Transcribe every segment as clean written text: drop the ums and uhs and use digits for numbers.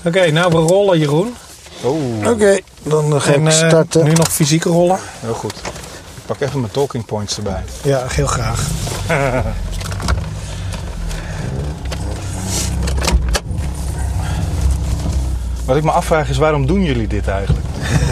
Oké, nou we rollen, Jeroen. Oké, dan ga ik starten. Nu nog fysiek rollen. Heel goed. Ik pak even mijn talking points erbij. Ja, heel graag. Wat ik me afvraag is, waarom doen jullie dit eigenlijk?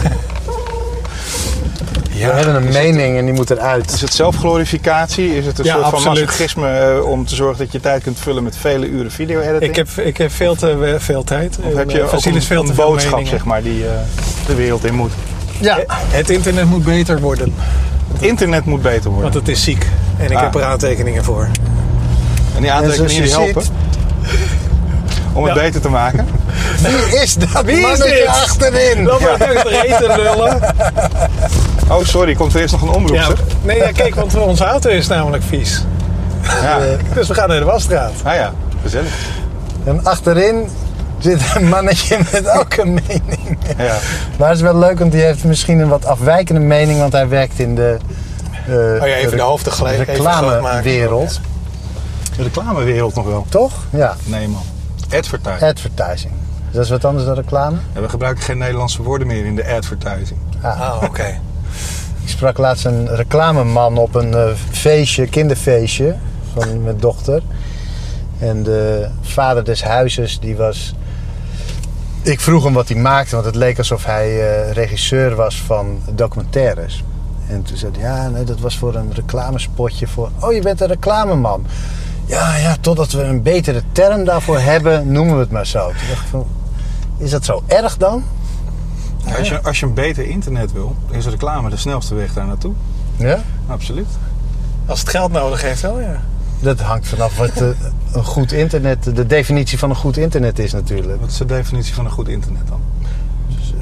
We hebben een mening en die moet eruit. Is het zelfglorificatie? Is het een soort van masochisme om te zorgen dat je tijd kunt vullen met vele uren video-editing? Ik heb veel tijd. Of heb je ook een boodschap, zeg maar, die de wereld in moet? Ja. Het internet moet beter worden. Het internet moet beter worden. Want het is ziek. En ik heb er aantekeningen voor. En die aantekeningen die helpen? Om het beter te maken? Wie is dat mannetje achterin? Laat maar terug de eten lullen. Oh, sorry. Komt er eerst nog een omroep, ja, zeg? Nee, ja, kijk, want onze auto is namelijk vies. Ja. Dus we gaan naar de wasstraat. Ah ja, gezellig. En achterin zit een mannetje met ook een mening. Ja. Maar het is wel leuk, want die heeft misschien een wat afwijkende mening, want hij werkt in de even de hoofden gelijk reclamewereld. De reclamewereld nog wel. Toch? Ja. Nee, man. Advertising. Dus dat is wat anders dan reclame? Ja, we gebruiken geen Nederlandse woorden meer in de advertising. Oké. Ik sprak laatst een reclameman op een feestje, kinderfeestje van mijn dochter. En de vader des huizes, die was... Ik vroeg hem wat hij maakte, want het leek alsof hij regisseur was van documentaires. En toen zei hij, ja, nee, dat was voor een reclamespotje voor... Oh, je bent een reclameman. Ja, totdat we een betere term daarvoor hebben, noemen we het maar zo. Toen dacht ik van, is dat zo erg dan? Ja, als je een beter internet wil, is reclame de snelste weg daar naartoe. Ja? Absoluut. Als het geld nodig heeft wel, ja. Dat hangt vanaf wat een goed internet, de definitie van een goed internet is natuurlijk. Wat is de definitie van een goed internet dan? Dus,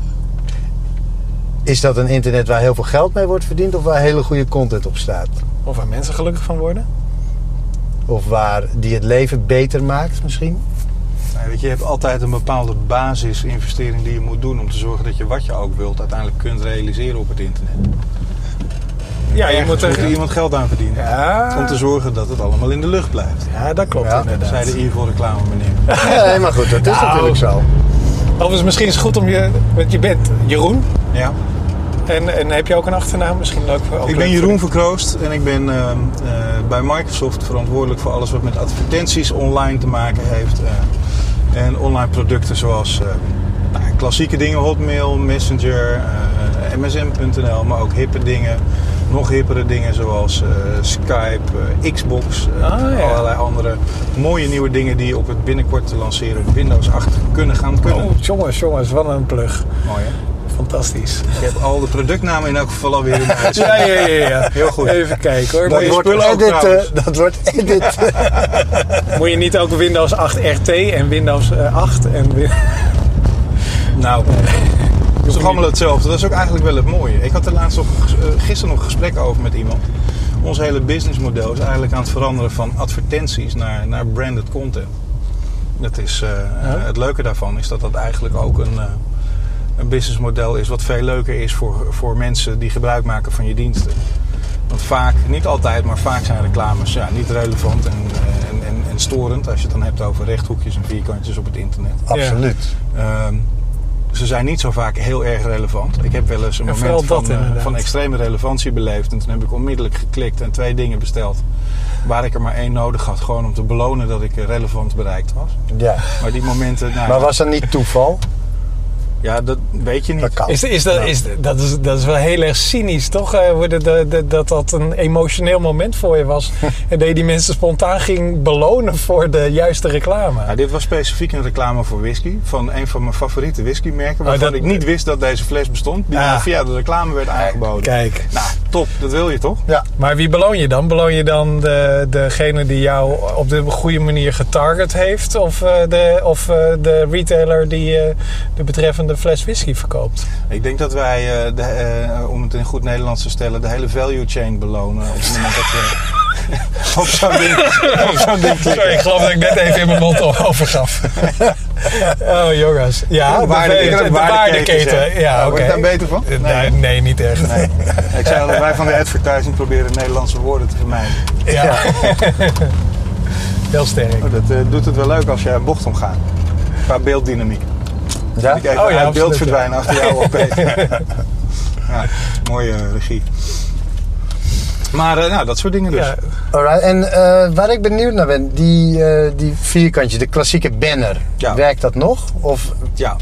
is dat een internet waar heel veel geld mee wordt verdiend of waar hele goede content op staat? Of waar mensen gelukkig van worden? Of waar die het leven beter maakt misschien? Nou, weet je hebt altijd een bepaalde basisinvestering die je moet doen om te zorgen dat je wat je ook wilt uiteindelijk kunt realiseren op het internet. Ja, je moet er iemand geld aan verdienen. Ja. Om te zorgen dat het allemaal in de lucht blijft. Ja, dat klopt inderdaad. Zei de Evil reclame meneer. Nee, maar goed, dat is natuurlijk zo. Overigens, misschien is het goed om want je bent Jeroen. Ja. En heb je ook een achternaam? Misschien leuk voor Ik ben Jeroen Verkroost en ik ben bij Microsoft verantwoordelijk voor alles wat met advertenties online te maken heeft. En online producten zoals klassieke dingen, Hotmail, Messenger, MSN.nl, maar ook hippe dingen. Nog hippere dingen zoals Skype, Xbox, allerlei andere mooie nieuwe dingen die op het binnenkort te lanceren Windows 8 kunnen. Oh, jongens, wat een plug. Mooi hè? Fantastisch. Ik heb al de productnaal in elk geval alweer in huis. Ja. Heel goed. Even kijken hoor. Dat wordt edit. Moet je niet ook Windows 8 RT en Windows 8 en... Nou... Het is toch allemaal hetzelfde. Dat is ook eigenlijk wel het mooie. Ik had er gisteren nog een gesprek over met iemand. Ons hele businessmodel is eigenlijk aan het veranderen van advertenties naar branded content. Dat is, het leuke daarvan is dat eigenlijk ook een businessmodel is wat veel leuker is voor mensen die gebruik maken van je diensten. Want vaak, niet altijd, maar vaak zijn reclames niet relevant en storend. Als je het dan hebt over rechthoekjes en vierkantjes op het internet. Absoluut. Ze zijn niet zo vaak heel erg relevant. Ik heb wel eens een moment van extreme relevantie beleefd. En toen heb ik onmiddellijk geklikt en 2 dingen besteld. Waar ik er maar 1 nodig had. Gewoon om te belonen dat ik relevant bereikt was. Ja. Maar die momenten... Maar was dat niet toeval? Ja, dat weet je niet. Dat kan. Dat is wel heel erg cynisch, toch? Dat een emotioneel moment voor je was. En dat je die mensen spontaan ging belonen voor de juiste reclame. Ja, dit was specifiek een reclame voor whisky. Van een van mijn favoriete whiskymerken. Waarvan ik niet wist dat deze fles bestond. Die via de reclame werd aangeboden. Kijk. Nou, top. Dat wil je toch? Ja. Maar wie beloon je dan? Beloon je dan degene die jou op de goede manier getarget heeft? Of de retailer die de betreffende fles whisky verkoopt? Ik denk dat wij, om het in goed Nederlands te stellen, de hele value chain belonen. Op het moment dat we op zo'n ding klikken. Sorry, ik geloof dat ik net even in mijn mond overgaf. Oh jongens. Ja, de waardeketen. Ja, Word je daar beter van? Nee, niet echt. Nee. Ik zei dat wij van de advertising proberen Nederlandse woorden te vermijden. Ja. Heel sterk. Dat doet het wel leuk als je een bocht omgaat. Qua beelddynamiek. Ja? Ik even uit beeld verdwijnen achter jou op Peter. Ja, mooie regie. Maar dat soort dingen dus. Ja. Alright. En waar ik benieuwd naar ben, die vierkantje, de klassieke banner. Ja. Werkt dat nog? Of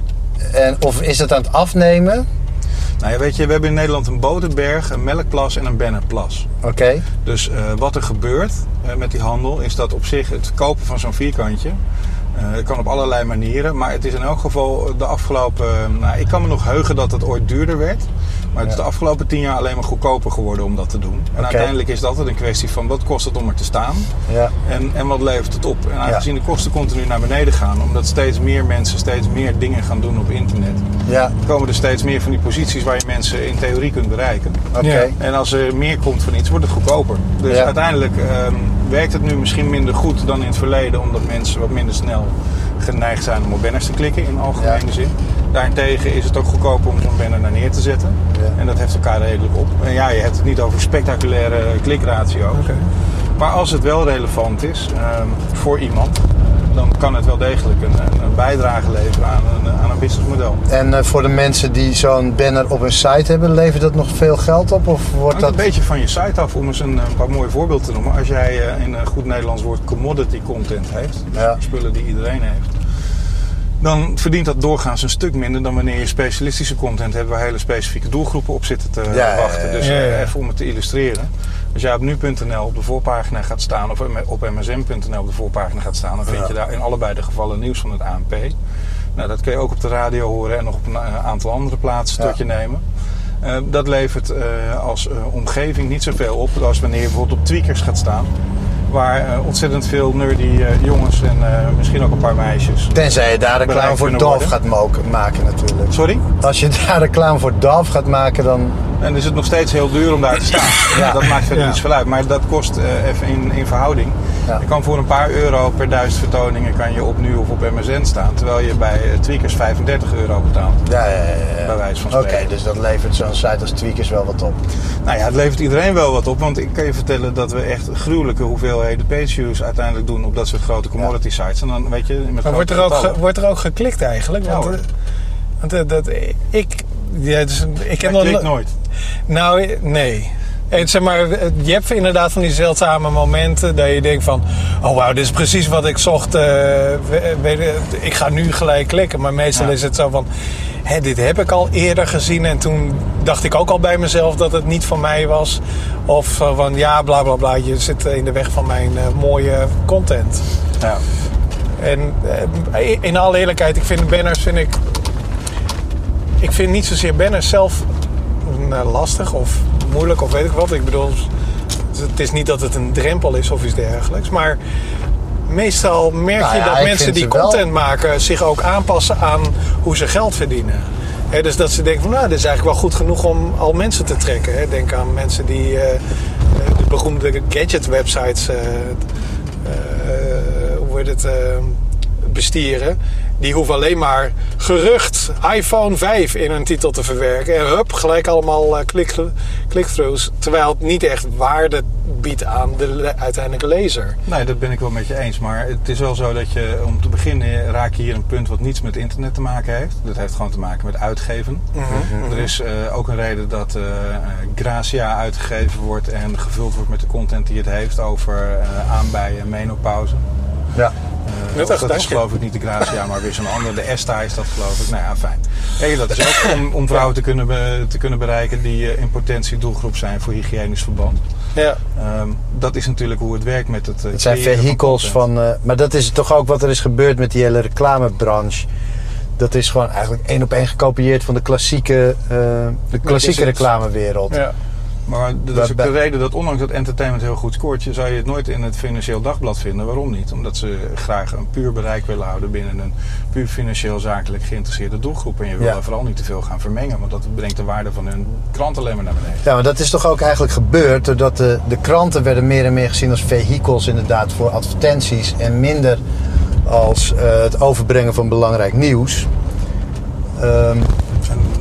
is het aan het afnemen? Nou ja, weet je, we hebben in Nederland een boterberg, een melkplas en een bannerplas. Oké. Dus wat er gebeurt met die handel is dat op zich het kopen van zo'n vierkantje... Het kan op allerlei manieren, maar het is in elk geval de afgelopen... ik kan me nog heugen dat het ooit duurder werd. Maar het is de afgelopen 10 jaar alleen maar goedkoper geworden om dat te doen. En uiteindelijk is dat het een kwestie van wat kost het om er te staan. Ja. En wat levert het op. En aangezien de kosten continu naar beneden gaan, omdat steeds meer mensen steeds meer dingen gaan doen op internet. Ja. Komen er steeds meer van die posities waar je mensen in theorie kunt bereiken. Okay. En als er meer komt van iets, wordt het goedkoper. Dus uiteindelijk werkt het nu misschien minder goed dan in het verleden, omdat mensen wat minder snel geneigd zijn om op banners te klikken in algemene zin. Daarentegen is het ook goedkoper om zo'n banner naar neer te zetten. Ja. En dat heft elkaar redelijk op. En je hebt het niet over spectaculaire klikratio's. Okay. Maar als het wel relevant is voor iemand, dan kan het wel degelijk een bijdrage leveren aan een businessmodel. En voor de mensen die zo'n banner op hun site hebben, levert dat nog veel geld op? Of wordt dat een beetje van je site af, om eens een paar mooie voorbeelden te noemen. Als jij in een goed Nederlands woord commodity content heeft, dus spullen die iedereen heeft, dan verdient dat doorgaans een stuk minder dan wanneer je specialistische content hebt waar hele specifieke doelgroepen op zitten te wachten. Dus even om het te illustreren. Als jij op nu.nl op de voorpagina gaat staan of op msm.nl op de voorpagina gaat staan, dan vind je daar in allebei de gevallen nieuws van het ANP. Nou, dat kun je ook op de radio horen en nog op een aantal andere plaatsen tot je nemen. Dat levert als omgeving niet zoveel op als wanneer je bijvoorbeeld op Tweakers gaat staan. Waar ontzettend veel nerdy jongens en misschien ook een paar meisjes. Tenzij je daar reclame voor Dove gaat maken natuurlijk. Sorry? Als je daar reclame voor Dove gaat maken, dan... En is het nog steeds heel duur om daar te staan. Dat maakt verder niets veel uit. Maar dat kost even in verhouding. Ja. Je kan voor een paar euro per 1000 vertoningen kan je op Nu of op MSN staan. Terwijl je bij Tweakers €35 betaalt. Ja. Bij wijze van spreken. Oké, dus dat levert zo'n site als Tweakers wel wat op. Nou ja, het levert iedereen wel wat op. Want ik kan je vertellen dat we echt gruwelijke hoeveelheden page views uiteindelijk doen op dat soort grote commodity sites. En dan weet je... Met wordt er ook geklikt eigenlijk? Ik klikt nooit. Nou, nee. Zeg maar, je hebt inderdaad van die zeldzame momenten dat je denkt van, oh wauw, dit is precies wat ik zocht. Ik ga nu gelijk klikken. Maar meestal is het zo van, dit heb ik al eerder gezien. En toen dacht ik ook al bij mezelf dat het niet van mij was. Of van, ja, bla bla bla, je zit in de weg van mijn mooie content. Ja. En in alle eerlijkheid, ik vind niet zozeer banners zelf lastig of moeilijk of weet ik wat. Ik bedoel, het is niet dat het een drempel is of iets dergelijks. Maar meestal merk je dat mensen die content maken zich ook aanpassen aan hoe ze geld verdienen. Dus dat ze denken van, nou, dit is eigenlijk wel goed genoeg om al mensen te trekken. Denk aan mensen die de beroemde gadget websites bestieren. Die hoeven alleen maar gerucht iPhone 5 in een titel te verwerken. En hup, gelijk allemaal click-throughs. Terwijl het niet echt waarde biedt aan de uiteindelijke lezer. Nee, dat ben ik wel met je eens. Maar het is wel zo dat je, om te beginnen, raak je hier een punt wat niets met internet te maken heeft. Dat heeft gewoon te maken met uitgeven. Mm-hmm. Er is ook een reden dat Gracia uitgegeven wordt en gevuld wordt met de content die het heeft over aanbijen en menopauze. Ja. Dat is geloof ik niet de Gracia, maar weer zo'n andere. De Esta is dat geloof ik. Nou ja, fijn. Dat is ook om vrouwen te kunnen bereiken die in potentie doelgroep zijn voor hygiënisch verband. Ja. Dat is natuurlijk hoe het werkt met het zijn vehicles van... maar dat is toch ook wat er is gebeurd met die hele reclamebranche. Dat is gewoon eigenlijk 1 op 1 gekopieerd van de klassieke reclamewereld. Ja. Maar dat is ook de reden dat ondanks dat entertainment heel goed scoort, zou je het nooit in het Financieel Dagblad vinden. Waarom niet? Omdat ze graag een puur bereik willen houden binnen een puur financieel zakelijk geïnteresseerde doelgroep. En je wil vooral niet te veel gaan vermengen, want dat brengt de waarde van hun krant alleen maar naar beneden. Ja, maar dat is toch ook eigenlijk gebeurd doordat de kranten werden meer en meer gezien als vehicles inderdaad voor advertenties en minder als het overbrengen van belangrijk nieuws.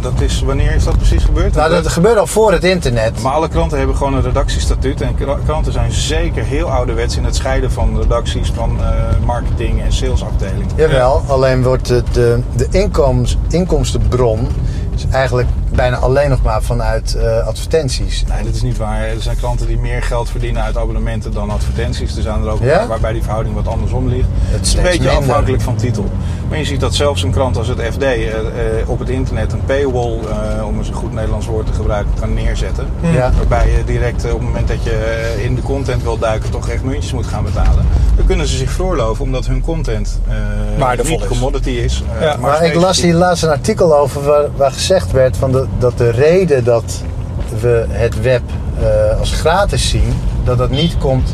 Wanneer is dat precies gebeurd? Nou, dat gebeurde al voor het internet. Maar alle kranten hebben gewoon een redactiestatuut. En kranten zijn zeker heel ouderwets in het scheiden van redacties, van marketing en salesafdelingen. Jawel, alleen wordt de inkomstenbron is eigenlijk bijna alleen nog maar vanuit advertenties. Nee, dat is niet waar. Er zijn klanten die meer geld verdienen uit abonnementen dan advertenties. Er zijn er ook waarbij die verhouding wat andersom ligt. Het is een beetje minder afhankelijk van titel. Maar je ziet dat zelfs een krant als het FD op het internet een paywall, om eens een goed Nederlands woord te gebruiken, kan neerzetten. Ja. Waarbij je direct op het moment dat je in de content wil duiken toch echt muntjes moet gaan betalen. Dan kunnen ze zich veroorloven omdat hun content waardevol niet commodity is. Maar ik las hier laatst een artikel over waar gezegd werd dat de reden dat we het web als gratis zien, dat niet komt.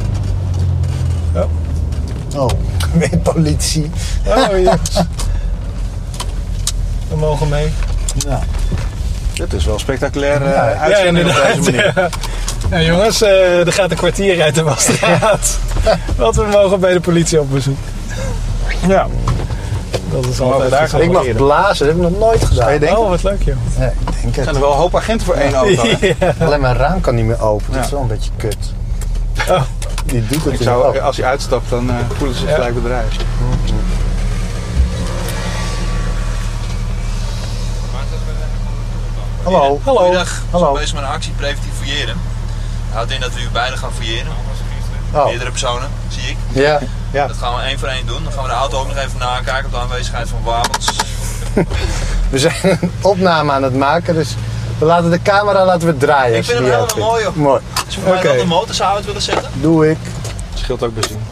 Oh, meer politie. Oh, yes. We mogen mee. Ja. Het is wel spectaculair uitzending op deze manier. Ja. Ja, jongens, er gaat een kwartier uit de Wasstraat. Want we mogen bij de politie op bezoek. Ja. Dat is altijd daar. Ik mag blazen, dat heb ik nog nooit gedaan. Oh, wat leuk joh. Ja, ik denk Er het. zijn er wel een hoop agenten voor één auto. Ja. Alleen mijn raam kan niet meer open. Dat is Ja. wel een beetje kut. Oh. Die doet het Ik er zou, ook. als hij uitstapt, dan voelen ze zich gelijk bedreigd. Hallo. Hallo. Goedendag. We Hallo. zijn bezig met een actie preventief fouilleren. Dat houdt in dat we u beiden gaan fouilleren. Oh. Meerdere personen, zie ik. Ja. Ja. Dat gaan we één voor één doen. Dan gaan we de auto ook nog even nakijken op de aanwezigheid van wapens. We zijn een opname aan het maken, dus we laten de camera draaien. Ik vind hem helemaal mooi, joh. Mooi. Als je voor mij Oké. wel de motor zou uit willen zetten. Doe ik. Scheelt ook benzine.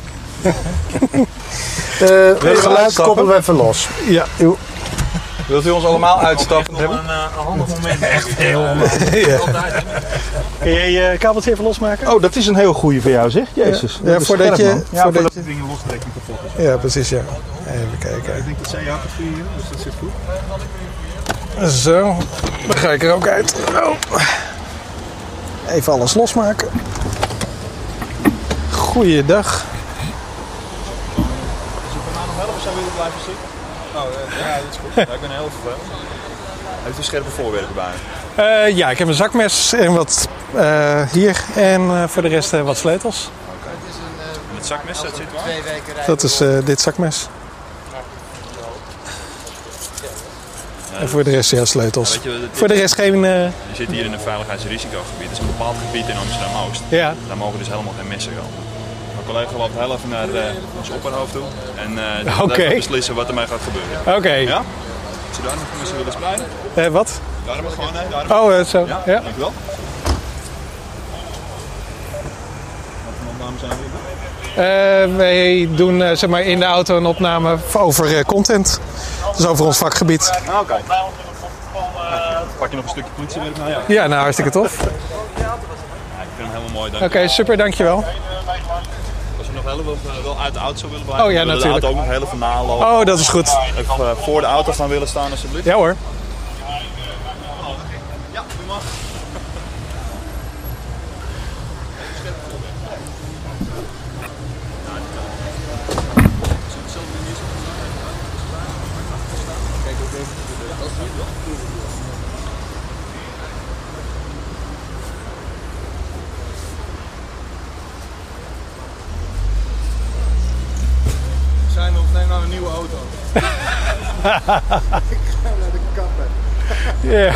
Het we geluid uitstappen? koppelen we even los. Ja. Uw- Wilt u ons allemaal uitstappen? Nog een handig moment. Echt heel Altijd, hè. Kun jij je kabeltje even losmaken? Oh, dat is een heel goeie voor jou, zeg. Jezus. Ja, Dat is voordat scherp, je- man. Ja, voordat voordat je- de dingen lostrekken kapot is. Ja, precies ja. Even kijken. Ik denk dat zij jou gaat vieren, dus dat zit goed. Zo, dan ga ik er ook uit. Oh. Even alles losmaken. Goeiedag. Als je voor mij nog helpen zou willen blijven zitten. Oh, ja, dat is goed. Ja, ik ben heel vervelend. Heeft u scherpe voorwerpen bij? Ja, ik heb een zakmes en wat hier. En voor de rest wat sleutels. Het zakmes, dat zit waar? Dat is dit zakmes. En voor de rest ja, sleutels. Weet je, Voor de rest geen... je zit hier in een veiligheidsrisicogebied. Dat is een bepaald gebied in Amsterdam-Oost. ja. Daar mogen dus helemaal geen messen gaan. Mijn collega loopt heel even naar ons opperhoofd toe. En die gaat Oké. even beslissen wat ermee gaat gebeuren. Oké. Ja? Als je daar nog mensen willen spreiden? Wat? Daar maar gewoon, nee. Daar Oh, zo. Ja, Ja. dankjewel. Wat voor opnames zijn we hier? Wij doen zeg maar in de auto een opname over content. Dus over ons vakgebied. Ah, oké. Pak je nog een stukje politiewerk naar jou? Ja, nou hartstikke tof. Ja, ik vind hem helemaal mooi, dank Oké, super, dankjewel. Als je nog heel wel uit de auto zou willen blijven, Oh ja, we willen natuurlijk. de auto ook nog heel even nalopen. Oh, dat is goed. Even voor de auto gaan willen staan alsjeblieft. Ja hoor. Ja, u mag. Zijn of neem nou een nieuwe auto. Ja.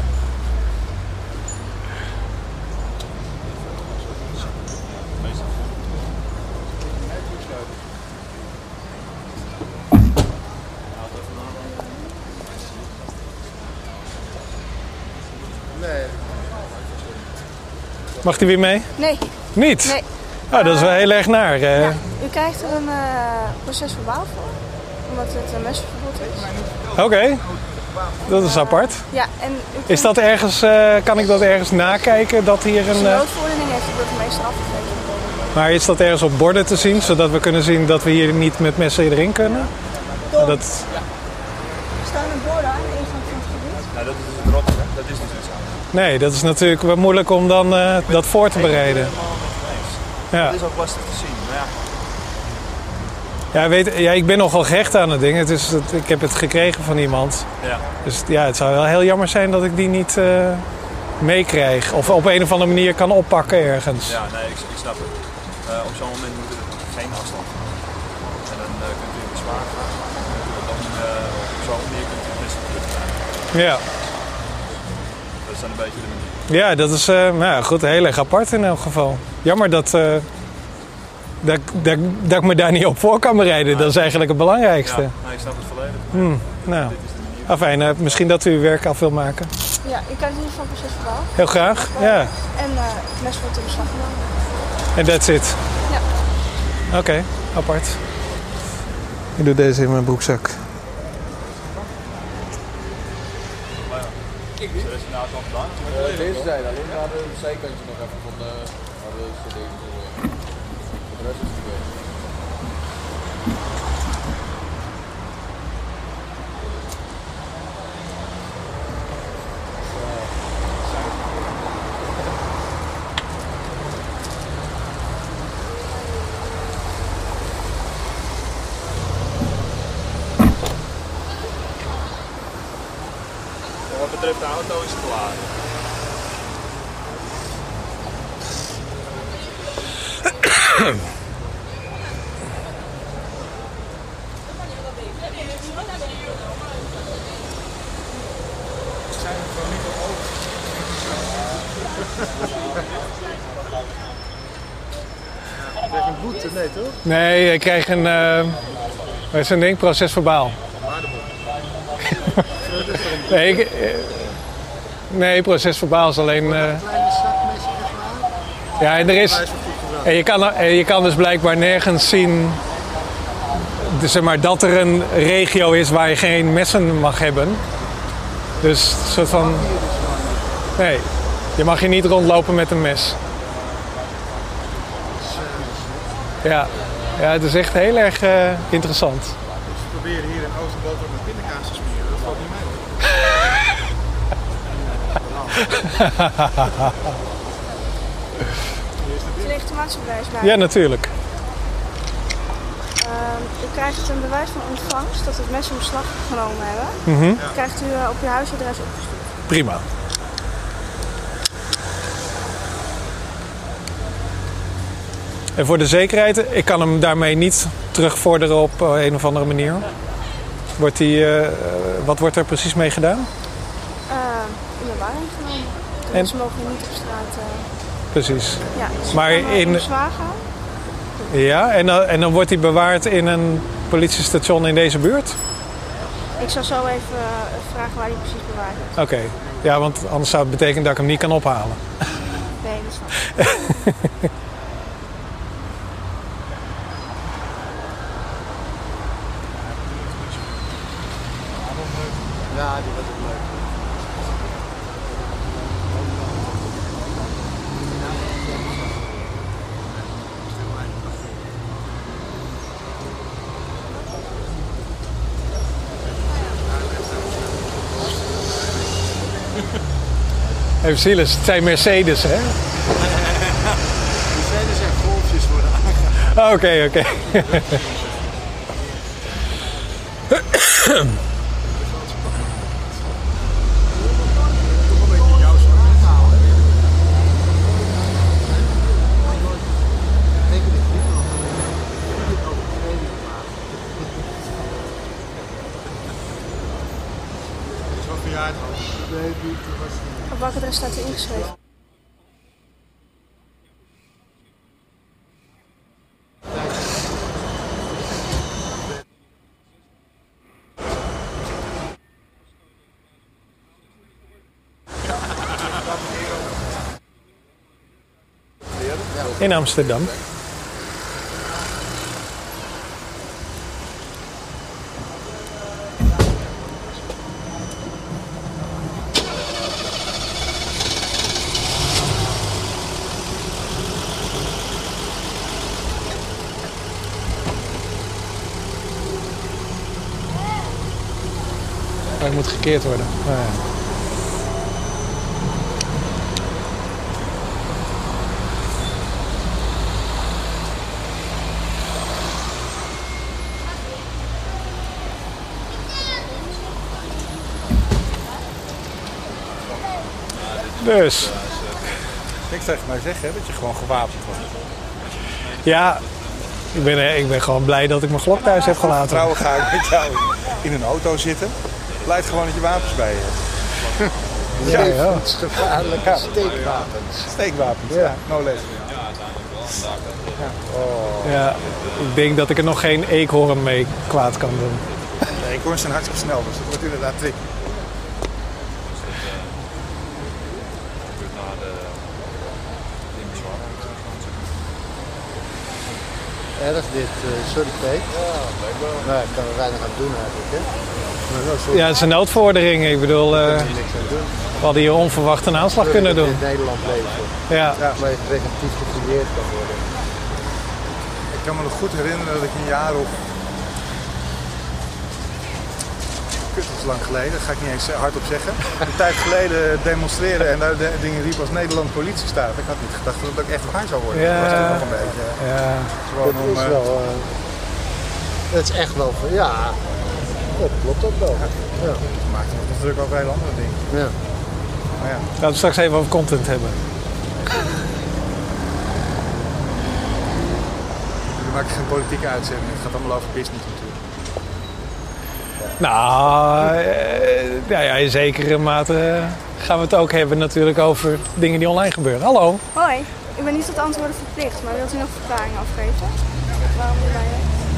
Mag die weer mee? Nee, Niet? nee. Oh, dat is wel heel erg naar. Ja, u krijgt er een proces verbaal voor, omdat het een messenverbod is. Oké. Dat is apart. Ja, en u Is dat ergens, kan ik dat ergens nakijken dat hier Als een... een noodverordening heeft de burgemeester afgegeven. Maar is dat ergens op borden te zien, zodat we kunnen zien dat we hier niet met messen erin kunnen? Dat... Er staan er borden aan de ingang van het gebied. Nou, dat is dus het rotte, hè? Dat is dus niet zo. Nee, dat is natuurlijk wel moeilijk om dan dat voor te bereiden. Ja. Dat is ook lastig te zien, maar ja. Ja, ik ben nogal gehecht aan het ding. Ik heb het gekregen van iemand. Ja. Dus ja, het zou wel heel jammer zijn dat ik die niet meekrijg. Of op een of andere manier kan oppakken ergens. Ja, nee, ik snap het. Op zo'n moment moet er geen afstand. En dan kunt u in bezwaar gaan. Op zo'n manier kunt u het beste terugkrijgen. Ja. Dat is dan een beetje de manier. Ja, dat is goed, heel erg apart in elk geval. Jammer dat ik me daar niet op voor kan bereiden. Dat is eigenlijk het belangrijkste. Ja, nee, ik snap het volledig. Nou, Dit is de manier. afijn, misschien dat u uw werk af wil maken. Ja, ik kan het in ieder geval procesverbaal. Heel graag, ja. En het mes wordt in beslag genomen. En that's it. Ja. Oké, apart. Ik doe deze in mijn broekzak. Is er nou al gedaan? Deze zijn alleen naar de zijkantje nog even van de CD. De rest is het geweest. Wat betreft de auto is het klaar. Krijg je een boete? Nee, toch? Nee, ik krijg een... wat is een ding? Procesverbaal. Nee, procesverbaal is alleen... ja, en er is... En je kan dus blijkbaar nergens zien... Dus zeg maar, dat er een regio is waar je geen messen mag hebben. Dus een soort van... Nee, je mag hier niet rondlopen met een mes. Ja, het is echt heel erg interessant. Ze proberen hier in Oosterboter met pindakaas te smeren, dat valt niet mee. Het legitimatiebewijs bij. Ja, natuurlijk. U krijgt een bewijs van ontvangst dat het mes in beslag genomen hebben. Dat krijgt u op uw huisadres opgestuurd. Prima. En voor de zekerheid, ik kan hem daarmee niet terugvorderen op een of andere manier. Wat wordt er precies mee gedaan? In bewaring genomen. De En? mensen mogen niet op straat. Precies. Ja, dus Maar je kan in- bezwaar gaan. Ja, en dan wordt hij bewaard in een politiestation in deze buurt? Ik zal zo even vragen waar hij precies bewaard is. Oké. Ja, want anders zou het betekenen dat ik hem niet kan ophalen. Nee, dat snap ik. Ja, die was ook leuk. Even Silas, het zijn Mercedes, hè? Mercedes en golfjes worden aangehaald. Oké. Toch een beetje jouw soort taal, hè? Teken dit niet nog. Niet over training maken. Dat is wel verjaard al. Nee, die was Op welk adres staat u ingeschreven? In Amsterdam. Hij moet gekeerd worden. Ah, ja. Dus, Niks tegen mij zeggen, hè, dat je gewoon gewapend wordt. ja, ik ben gewoon blij dat ik mijn Glock thuis heb gelaten. Trouwens ga ik met jou in een auto zitten. Blijf gewoon dat je wapens bij je hebt. Levensgevaarlijke steekwapens. Steekwapens, ja. No less. Ja, ik denk dat ik er nog geen eekhoorn mee kwaad kan doen. Nee, ik hoor zijn hartstikke snel, dus dat wordt inderdaad tricky. Erg dit, sorry Peet. Nou, ik kan er weinig aan doen eigenlijk, hè. Maar wel sorry. Ja, het is een noodverordening. Ik bedoel, Ik kan er niks aan doen. we hadden hier onverwacht een aanslag kunnen doen. In Nederland leven. Ja. Maar je preventief gefouilleerd kan worden. Ik kan me nog goed herinneren dat ik een jaar of... Kut, dat is lang geleden, dat ga ik niet eens hardop zeggen. Een tijd geleden demonstreren en daar de dingen riep als Nederland politiestaat. Ik had niet gedacht dat het ook echt waar zou worden. Ja. Dat was toen nog een beetje. Ja. Gewoon Dat om, is wel... dat is echt wel van... Ja, dat klopt ook wel. Ja. maakt me nog druk over hele andere dingen. Ja. Maar ja. Laten we straks even over content hebben. We maken geen politieke uitzending, het gaat allemaal over business natuurlijk. Nou, ja, in zekere mate gaan we het ook hebben natuurlijk over dingen die online gebeuren. Hallo. Hoi, ik ben niet tot antwoorden verplicht, maar wilt u nog verklaring afgeven? Waarom u bij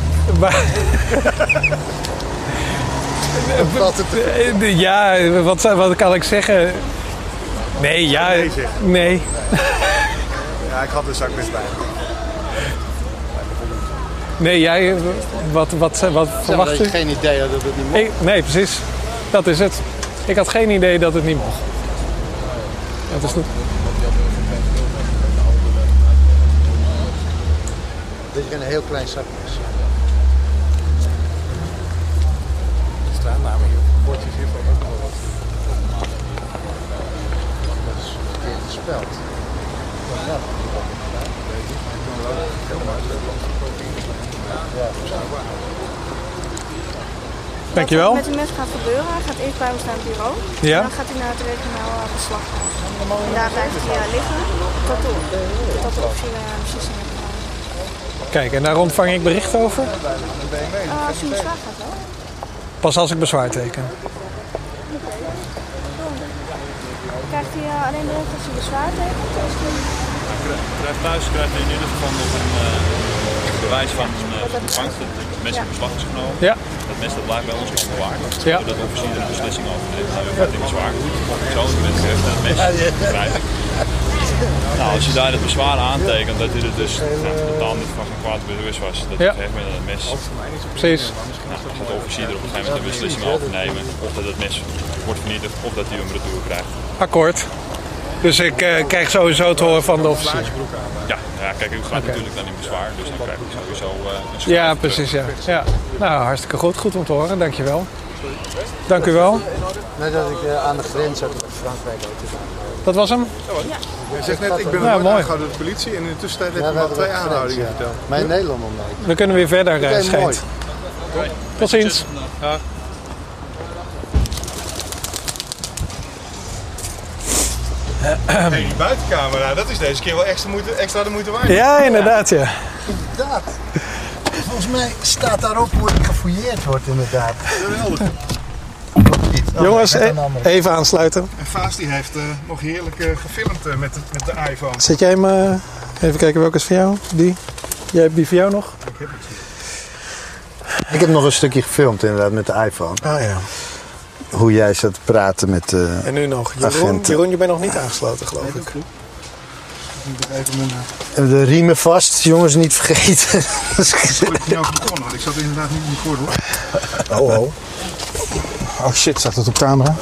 Ja, wat kan ik zeggen? Nee, ja, Nee zeggen. nee. Ja, ik had de zak best bij. Nee, jij, wat verwacht Ik u? geen idee dat het niet mag. Nee, precies. Dat is het. Ik had geen idee dat het niet mocht. Dat is niet... Dit is een heel klein zakmes. Straatnamen hier, bordjes hier van ook nog wel wat. Dat is verkeerd gespeld. Ja. Dankjewel. Wat met de mes gaat gebeuren, hij gaat eerst bij ons naar het bureau. Ja. En dan gaat hij naar het regionaal beslaghuis. En daar blijft hij liggen tot de officiële beslissing heeft genomen. Kijk, en daar ontvang ik bericht over? Als u bezwaar gaat wel. Pas als ik bezwaar teken. Krijgt hij alleen bericht als hij bezwaar tekent? Thuis krijgt hij in ieder geval nog een bewijs van ontvangst. Dat het mes in beslag is genomen. Ja. Dat mes dat blijft bij ons bewaard. Ja. Zodat de officier er een beslissing over neemt. Nou, u gaat in bezwaar. Zo, de mensen krijgen dat mes. Begrijp ik. Nou, als je daar het bezwaar aantekent dat hij er dus totaal niet van geen kwaad bewust was. Dat Ja. op een gegeven moment het mes. Precies. Nou, dan gaat de officier er op een gegeven moment een beslissing over nemen. Of dat het mes wordt vernietigd of dat hij hem retour krijgt. Akkoord. Dus ik krijg sowieso te horen van de officier. Ja, kijk, u gaat natuurlijk dan in bezwaar, dus dan krijg je sowieso een schrift. Ja, precies. Ja. Nou, hartstikke goed. Goed om te horen. Dankjewel. Dank u wel. Nadat ik aan de grens ook met Frankrijk ook te doen. Dat was hem? Je zegt net, ik ben Ja, nooit mooi. aangehouden door de politie en in de tussentijd heb je al 2 aanhoudingen verteld. Maar in Nederland nog nooit. We kunnen weer verder, Oké, schijnt. Tot ziens. Hey, die buitencamera, dat is deze keer wel extra de moeite waard. Ja, inderdaad, ja. Inderdaad. Volgens mij staat daarop hoe het gefouilleerd wordt inderdaad. Geweldig. Jongens, met een andere. even aansluiten. En Faas die heeft nog heerlijk gefilmd met de iPhone. Zet jij hem... even kijken, welke is van jou? Die? Jij hebt die van jou nog? Ik heb nog een stukje gefilmd inderdaad met de iPhone. Ah ja. Hoe jij zat te praten met En nu nog. agenten. Jeroen, je bent nog niet aangesloten, geloof ik. En de riemen vast, jongens, niet vergeten. Ik ben ook begonnen, want ik zat inderdaad niet in de gordel. Oh. Oh shit, staat het op camera?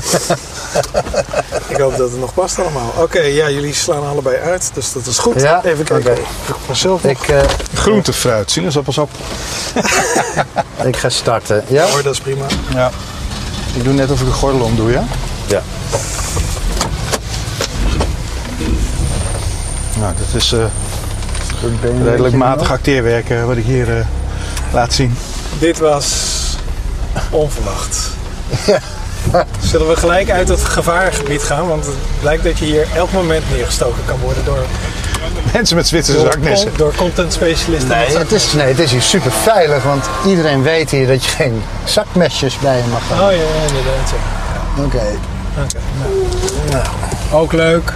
Ik hoop dat het nog past allemaal. Oké, ja, jullie slaan allebei uit, dus dat is goed. Ja? Even kijken. Oké. Mezelf nog. Groente, fruit, sinaasappelsap. Ik ga starten. Ja? Hoor, dat is prima. Ja. Ik doe net of ik de gordel omdoe, ja? Ja. Nou, dat is redelijk matig acteerwerk wat ik hier laat zien. Dit was onverwacht. Zullen we gelijk uit het gevaargebied gaan? Want het blijkt dat je hier elk moment neergestoken kan worden door Mensen met Zwitserse zakmessen. door content specialisten. Nee, het is hier super veilig, want iedereen weet hier dat je geen zakmesjes bij je mag hebben. Oh ja, inderdaad. Ja. Oké. Nou. Ook leuk.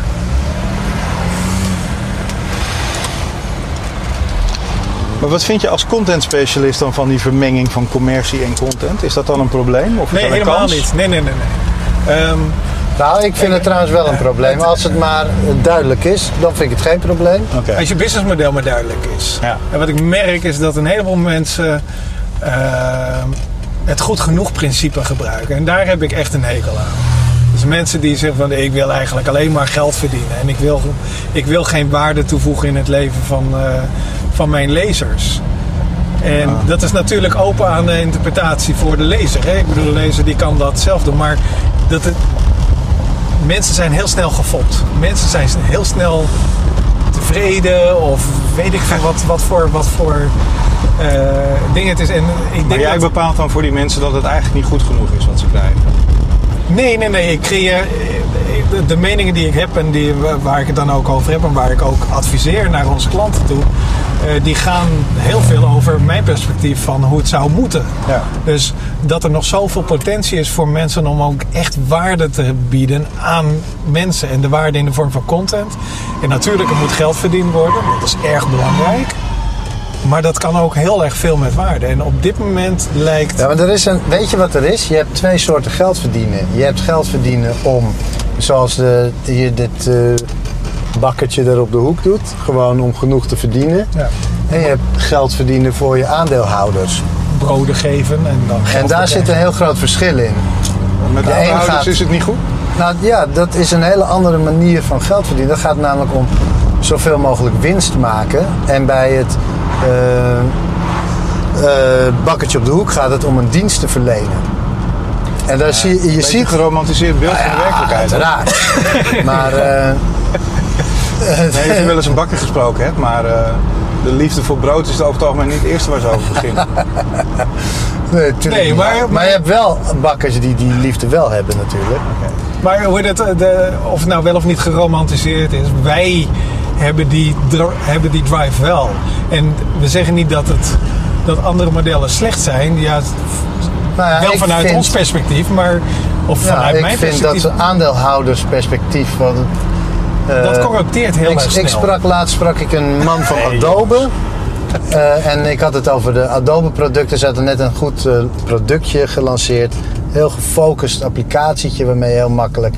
Maar wat vind je als content specialist dan van die vermenging van commercie en content? Is dat dan een probleem? Of is Nee, dat een helemaal kans? niet. Nee. Nou, ik vind het trouwens wel een probleem. Als het maar duidelijk is, dan vind ik het geen probleem. Oké. Als je businessmodel maar duidelijk is. Ja. En wat ik merk is dat een heleboel mensen het goed genoeg principe gebruiken. En daar heb ik echt een hekel aan. Dus mensen die zeggen van ik wil eigenlijk alleen maar geld verdienen. En ik wil geen waarde toevoegen in het leven van mijn lezers. En dat is natuurlijk open aan de interpretatie voor de lezer. Hè? Ik bedoel, de lezer die kan dat zelf doen. Maar mensen zijn heel snel gefopt. Mensen zijn heel snel tevreden of weet ik veel wat voor dingen het is. En ik denk jij bepaalt dan voor die mensen dat het eigenlijk niet goed genoeg is wat ze krijgen? Nee. Ik creëer de meningen die ik heb en waar ik het dan ook over heb en waar ik ook adviseer naar onze klanten toe. Die gaan heel veel over mijn perspectief van hoe het zou moeten. Ja. Dus dat er nog zoveel potentie is voor mensen om ook echt waarde te bieden aan mensen. En de waarde in de vorm van content. En natuurlijk, er moet geld verdiend worden. Dat is erg belangrijk. Maar dat kan ook heel erg veel met waarde. En op dit moment lijkt... Ja, maar weet je wat er is? Je hebt twee soorten geld verdienen. Je hebt geld verdienen om, zoals je dit bakkertje daar op de hoek doet. Gewoon om genoeg te verdienen. Ja. En je hebt geld verdienen voor je aandeelhouders. broden geven en dan geld En daar krijgen. zit een heel groot verschil in. Met De een aandeelhouders gaat- is het niet goed? Nou ja, dat is een hele andere manier van geld verdienen. Dat gaat namelijk om zoveel mogelijk winst maken. En bij het bakkertje op de hoek gaat het om een dienst te verlenen. En daar zie je Beetje ziet een geromantiseerd beeld van de werkelijkheid. hè? uiteraard. Maar Nee, ik heb wel eens een bakker gesproken, hè? Maar de liefde voor brood is over het algemeen niet het eerste waar ze over beginnen. nee, tuurlijk Nee, niet. maar- maar je hebt wel bakkers die die liefde wel hebben natuurlijk. Maar hoe of het nou wel of niet geromantiseerd is, wij hebben die drive wel. En we zeggen niet dat andere modellen slecht zijn. Ja, Nou ja, wel ik vanuit vind- ons perspectief, maar of Ja, vanuit mijn ik vind perspectief. dat aandeelhoudersperspectief van Dat corrupteert heel erg snel. Laatst sprak ik een man van Adobe. En ik had het over de Adobe producten. Ze hadden net een goed productje gelanceerd. Heel gefocust applicatietje waarmee je heel makkelijk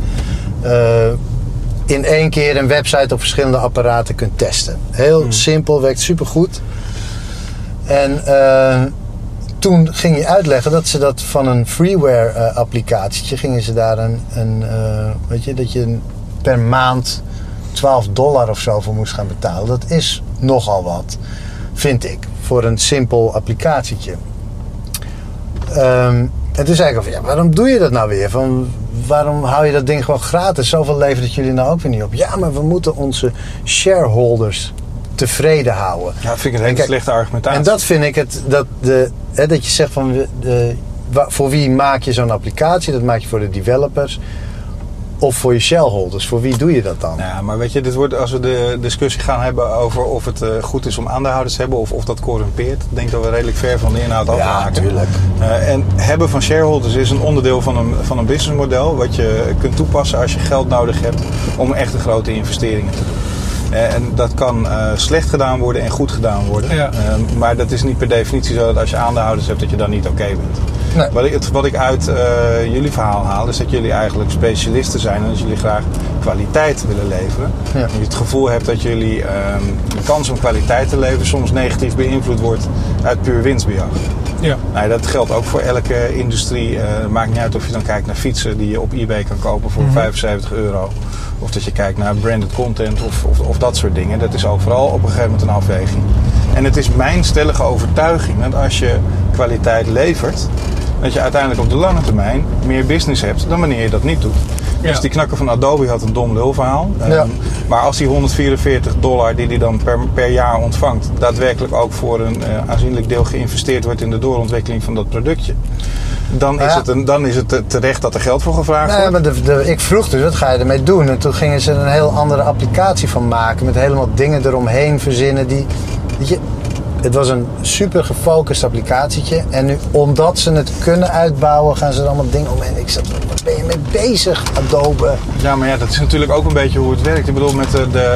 in één keer een website op verschillende apparaten kunt testen. Heel simpel, werkt supergoed. En toen ging je uitleggen dat ze dat van een freeware applicatietje gingen ze daar weet je, dat je per maand $12 of zo voor moest gaan betalen. Dat is nogal wat, vind ik, voor een simpel applicatietje. En toen zei ik van, ja, waarom doe je dat nou weer? Waarom hou je dat ding gewoon gratis? Zoveel levert het jullie nou ook weer niet op. Ja, maar we moeten onze shareholders tevreden houden. Ja, vind ik een hele Kijk, slechte argumentatie. En dat vind ik dat je zegt van voor wie maak je zo'n applicatie? Dat maak je voor de developers of voor je shareholders. Voor wie doe je dat dan? Ja, maar weet je, dit wordt, als we de discussie gaan hebben over of het goed is om aandeelhouders te hebben of dat corrumpeert, ik denk dat we redelijk ver van de inhoud af raken. tuurlijk. En hebben van shareholders is een onderdeel van een businessmodel wat je kunt toepassen als je geld nodig hebt om echt een grote investeringen te doen. En dat kan slecht gedaan worden en goed gedaan worden. Ja. Maar dat is niet per definitie zo dat als je aandeelhouders hebt dat je dan niet oké bent. Nee. Wat ik uit jullie verhaal haal is dat jullie eigenlijk specialisten zijn en dat jullie graag kwaliteit willen leveren. Ja. En je het gevoel hebt dat jullie de kans om kwaliteit te leveren soms negatief beïnvloed wordt uit puur winstbejag. Ja. Nou, dat geldt ook voor elke industrie. Het maakt niet uit of je dan kijkt naar fietsen die je op eBay kan kopen voor €75. Of dat je kijkt naar branded content of dat soort dingen. Dat is overal op een gegeven moment een afweging. En het is mijn stellige overtuiging dat als je kwaliteit levert, dat je uiteindelijk op de lange termijn meer business hebt dan wanneer je dat niet doet. Ja. Dus die knakker van Adobe had een dom lulverhaal. Ja. Maar als die $144 die hij dan per jaar ontvangt, daadwerkelijk ook voor een aanzienlijk deel geïnvesteerd wordt in de doorontwikkeling van dat productje, dan is het terecht dat er geld voor gevraagd wordt. Maar ik vroeg dus, wat ga je ermee doen? En toen gingen ze er een heel andere applicatie van maken. Met helemaal dingen eromheen verzinnen. Het was een super gefocust applicatietje. En nu, omdat ze het kunnen uitbouwen, gaan ze er allemaal dingen omheen. Ik zat, waar ben je mee bezig, Adobe? Ja, maar ja, dat is natuurlijk ook een beetje hoe het werkt. Ik bedoel, met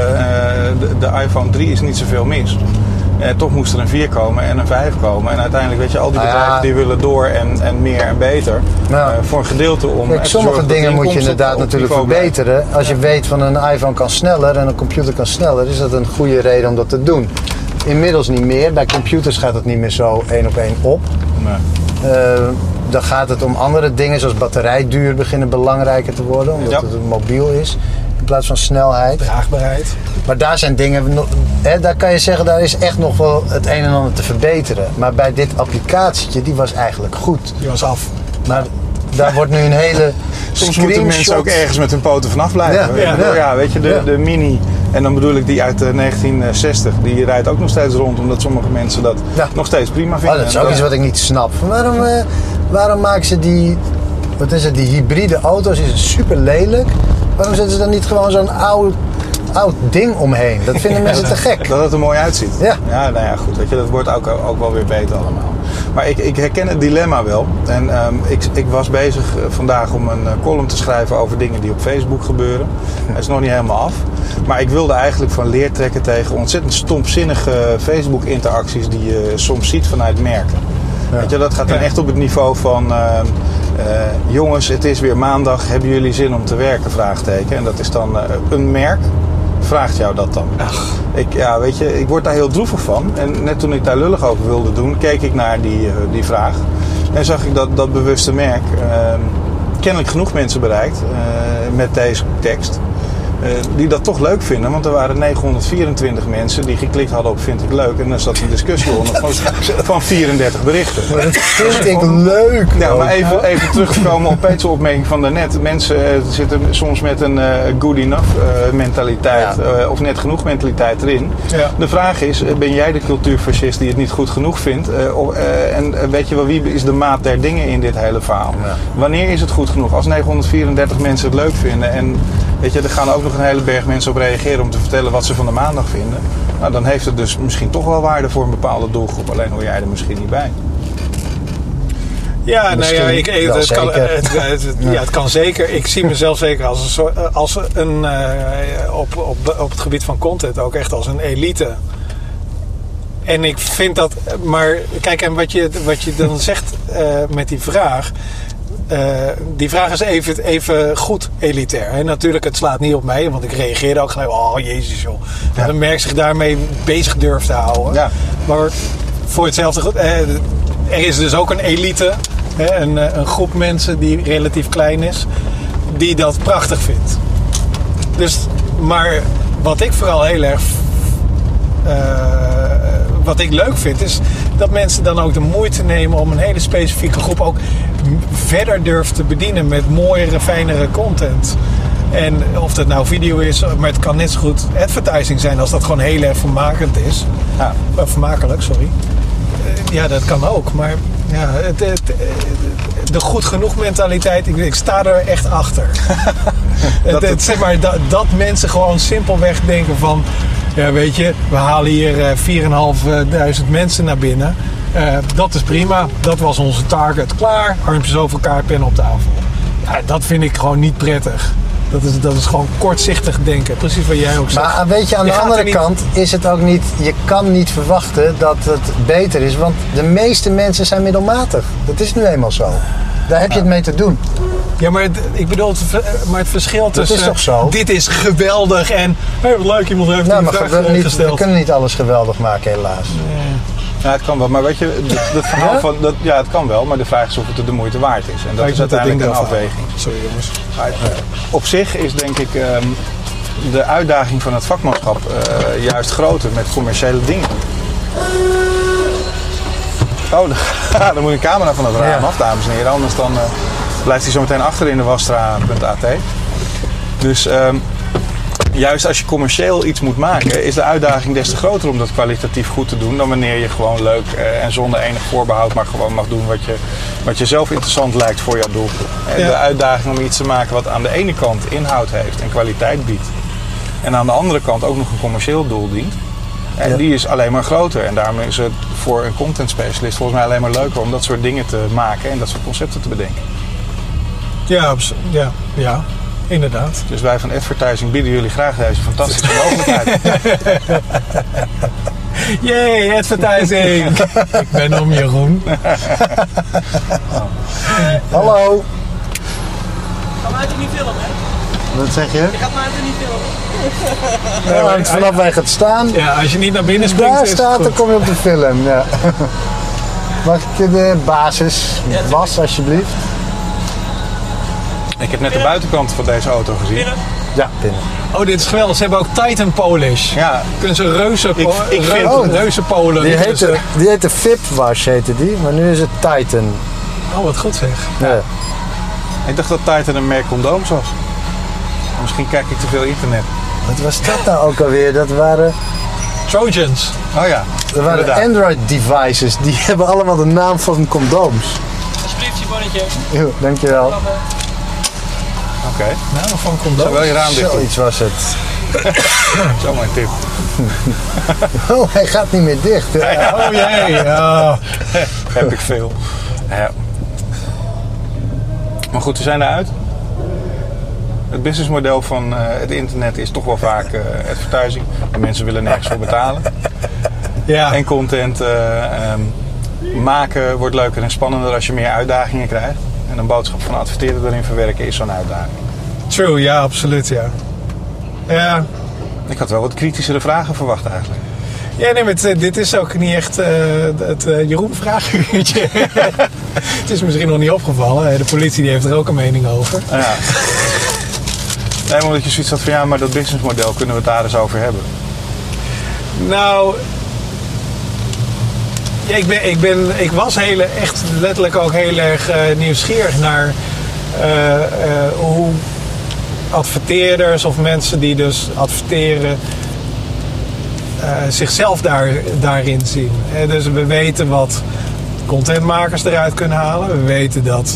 de iPhone 3 is niet zoveel mis. Toch moest er een 4 komen en een 5 komen. En uiteindelijk, weet je, al die bedrijven die willen door en meer en beter. Voor een gedeelte om... Kijk, sommige dingen moet je inderdaad natuurlijk verbeteren. Als je weet van een iPhone kan sneller en een computer kan sneller, is dat een goede reden om dat te doen. Inmiddels niet meer. Bij computers gaat het niet meer zo 1 op 1 op. Nee. Dan gaat het om andere dingen, zoals batterijduur beginnen belangrijker te worden. Omdat het mobiel is. In plaats van snelheid. Draagbaarheid. Maar daar zijn dingen, daar kan je zeggen, daar is echt nog wel het een en ander te verbeteren. Maar bij dit applicatietje, die was eigenlijk goed. Die was af. Maar daar wordt nu een hele Soms moeten mensen ook ergens met hun poten vanaf blijven. Ja. Weet je, de Mini, en dan bedoel ik die uit 1960, die rijdt ook nog steeds rond, omdat sommige mensen dat nog steeds prima vinden. Dat is ook iets wat ik niet snap. Waarom maken ze die hybride auto's, is super lelijk. Waarom zetten ze dan niet gewoon zo'n oud ding omheen? Dat vinden mensen te gek. Dat het er mooi uitziet. Ja. Ja, nou ja, goed. Weet je, dat wordt ook wel weer beter allemaal. Maar ik herken het dilemma wel. En ik was bezig vandaag om een column te schrijven over dingen die op Facebook gebeuren. Hij is nog niet helemaal af. Maar ik wilde eigenlijk van leer trekken tegen ontzettend stompzinnige Facebook-interacties die je soms ziet vanuit merken. Ja. Weet je, dat gaat dan echt op het niveau van... jongens, het is weer maandag, hebben jullie zin om te werken? Vraagteken. En dat is dan een merk. Vraagt jou dat dan? Ach. Ik word daar heel droevig van. En net toen ik daar lullig over wilde doen, keek ik naar die vraag. En zag ik dat bewuste merk kennelijk genoeg mensen bereikt met deze tekst. Die dat toch leuk vinden, want er waren 924 mensen die geklikt hadden op vind ik leuk. En dan zat een discussie onder van 34 berichten. Maar dat vind ik leuk. Ja, maar even teruggekomen op Peter's opmerking van daarnet. Mensen zitten soms met een good enough mentaliteit of net genoeg mentaliteit erin. Ja. De vraag is, ben jij de cultuurfascist die het niet goed genoeg vindt? En weet je wel, wie is de maat der dingen in dit hele verhaal? Ja. Wanneer is het goed genoeg? Als 934 mensen het leuk vinden en weet je, er gaan ook nog een hele berg mensen op reageren om te vertellen wat ze van de maandag vinden. Nou, dan heeft het dus misschien toch wel waarde voor een bepaalde doelgroep. Alleen hoor jij er misschien niet bij. Ja, nou ja, het kan zeker. Ik zie mezelf zeker op het gebied van content ook echt als een elite. En ik vind dat, maar kijk, en wat je dan zegt met die vraag. Die vraag is even goed elitair. En natuurlijk, het slaat niet op mij, want ik reageerde ook gelijk. Oh jezus joh. En dan merk zich daarmee bezig durft te houden. Ja. Maar voor hetzelfde goed, er is dus ook een elite. Een groep mensen die relatief klein is. Die dat prachtig vindt. Dus, maar wat ik vooral heel erg... wat ik leuk vind is dat mensen dan ook de moeite nemen om een hele specifieke groep ook verder durft te bedienen met mooiere, fijnere content. En of dat nou video is, maar het kan net zo goed advertising zijn als dat gewoon heel erg vermakend is. Ja. Vermakelijk, sorry. Ja, dat kan ook. Maar ja, de goed genoeg mentaliteit, ik sta er echt achter. Zeg maar, dat mensen gewoon simpelweg denken van... Ja, weet je, we halen hier 4.500 mensen naar binnen. Dat is prima. Dat was onze target. Klaar. Armpjes over elkaar, pen op tafel. Ja, dat vind ik gewoon niet prettig. Dat is gewoon kortzichtig denken. Precies wat jij ook zegt. Maar weet je, aan de andere kant is het ook niet... Je kan niet verwachten dat het beter is. Want de meeste mensen zijn middelmatig. Dat is nu eenmaal zo. Daar heb je het mee te doen. Ja, maar ik bedoel, het verschil tussen... Dat is toch zo? Dit is geweldig en... Hey, wat leuk, iemand heeft die vraag gesteld. We kunnen niet alles geweldig maken, helaas. Ja, het kan wel. Maar weet je, dat verhaal van... het kan wel, maar de vraag is of het de moeite waard is. En dat is uiteindelijk een afweging. Sorry jongens. Op zich is denk ik de uitdaging van het vakmanschap juist groter met commerciële dingen. Oh, dan moet een camera van het raam af, dames en heren. Anders dan blijft hij zo meteen achter in de wastra.at. Dus juist als je commercieel iets moet maken, is de uitdaging des te groter om dat kwalitatief goed te doen dan wanneer je gewoon leuk en zonder enig voorbehoud maar gewoon mag doen wat je zelf interessant lijkt voor jouw doelgroep. En de uitdaging om iets te maken wat aan de ene kant inhoud heeft en kwaliteit biedt. En aan de andere kant ook nog een commercieel doel dient. En die is alleen maar groter. En daarom is het voor een content specialist volgens mij alleen maar leuker om dat soort dingen te maken en dat soort concepten te bedenken. Ja, inderdaad. Dus wij van Advertising bieden jullie graag deze fantastische mogelijkheid. Yay, advertising! Ik ben om Jeroen. Hallo. Ga maar uit niet filmen, hè? Wat zeg je? Je gaat maar uit niet filmen. Ja, hangt vanaf waar je gaat staan. Ja, als je niet naar binnen springt, Daar is het staat, goed. dan kom je op de film. Ja. Mag ik je de basis was, alsjeblieft? Ik heb net de buitenkant van deze auto gezien. Binnen. Ja, binnen. Oh, dit is geweldig. Ze hebben ook Titan Polish. Ja, Kunnen ze reuze polen. Die heette VIP Wash, heette die, maar nu is het Titan. Oh, wat goed zeg. Ja. ik dacht dat Titan een merk condooms was. Misschien kijk ik te veel internet. Wat was dat nou ook alweer? Dat waren Trojans. Oh ja, inderdaad. Android devices, die hebben allemaal de naam van condooms. Alsjeblieft, je bonnetje. Jo, dankjewel. Oké, Nou, van zou condooms. wel je raam dicht doen. Zoiets was het. Zo mijn tip. Oh, hij gaat niet meer dicht. Oh jee. Oh. Heb ik veel. Ja. Maar goed, we zijn eruit. Het businessmodel van het internet is toch wel vaak advertising. En mensen willen nergens voor betalen. Ja. En content maken wordt leuker en spannender als je meer uitdagingen krijgt. En een boodschap van adverteren erin verwerken is zo'n uitdaging. True, ja, absoluut, ja. Ja. Ik had wel wat kritischere vragen verwacht eigenlijk. Ja, nee, maar dit is ook niet echt het Jeroen-vraaguurtje. Het is misschien nog niet opgevallen. De politie die heeft er ook een mening over. Ja. Nee, maar omdat je zoiets had van ja, maar dat businessmodel kunnen we het daar eens over hebben. Nou, ja, ik was echt letterlijk ook heel erg nieuwsgierig naar hoe adverteerders of mensen die dus adverteren zichzelf daarin zien. Dus we weten wat contentmakers eruit kunnen halen. We weten dat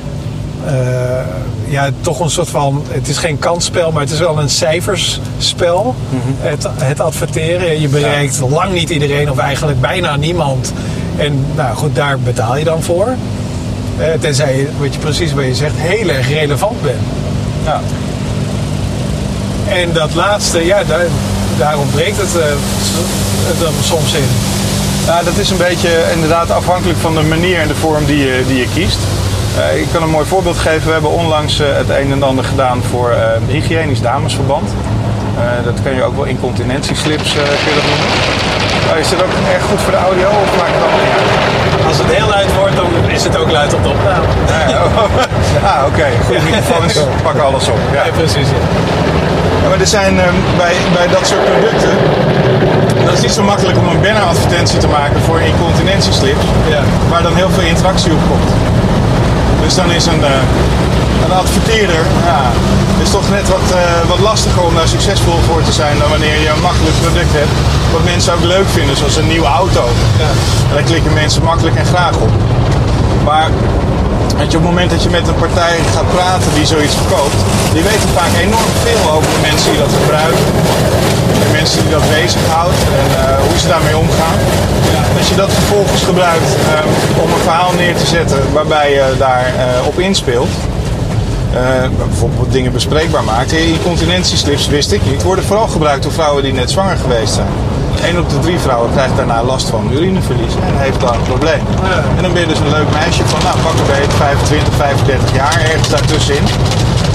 toch een soort van, het is geen kansspel, maar het is wel een cijfersspel. Het adverteren. Je bereikt lang niet iedereen of eigenlijk bijna niemand. En nou goed, daar betaal je dan voor. Tenzij je, precies wat je zegt, heel erg relevant bent. Ja. En dat laatste, ja, daar ontbreekt het dan soms in. Ja, dat is een beetje inderdaad afhankelijk van de manier en de vorm die je kiest. Ik kan een mooi voorbeeld geven. We hebben onlangs het een en ander gedaan voor hygiënisch damesverband. Dat kan je ook wel incontinentieslips kun je dat noemen. Is dit ook erg goed voor de audio of maakt het allemaal niet uit? Als het heel luid wordt, dan is het ook luid op de opname. Oké. Goede microfoons pakken alles op. Ja. Ja, precies. Ja. Ja, maar er zijn bij dat soort producten, dat is niet zo makkelijk om een banneradvertentie te maken voor incontinentieslips, waar dan heel veel interactie op komt. Dus dan is een adverteerder, is toch net wat lastiger om daar succesvol voor te zijn dan wanneer je een makkelijk product hebt, wat mensen ook leuk vinden, zoals een nieuwe auto. Ja. En daar klikken mensen makkelijk en graag op. Maar op het moment dat je met een partij gaat praten die zoiets verkoopt, die weten vaak enorm veel over de mensen die dat gebruiken. De mensen die dat bezighoudt en hoe ze daarmee omgaan. Ja, als je dat vervolgens gebruikt om een verhaal neer te zetten waarbij je daar op inspeelt. Bijvoorbeeld dingen bespreekbaar maakt. Incontinentieslips wist ik niet. Worden vooral gebruikt door vrouwen die net zwanger geweest zijn. 1 op de 3 vrouwen krijgt daarna last van urineverlies en heeft dan een probleem. En dan ben je dus een leuk meisje van, nou pak een beetje 25, 35 jaar, ergens daartussenin.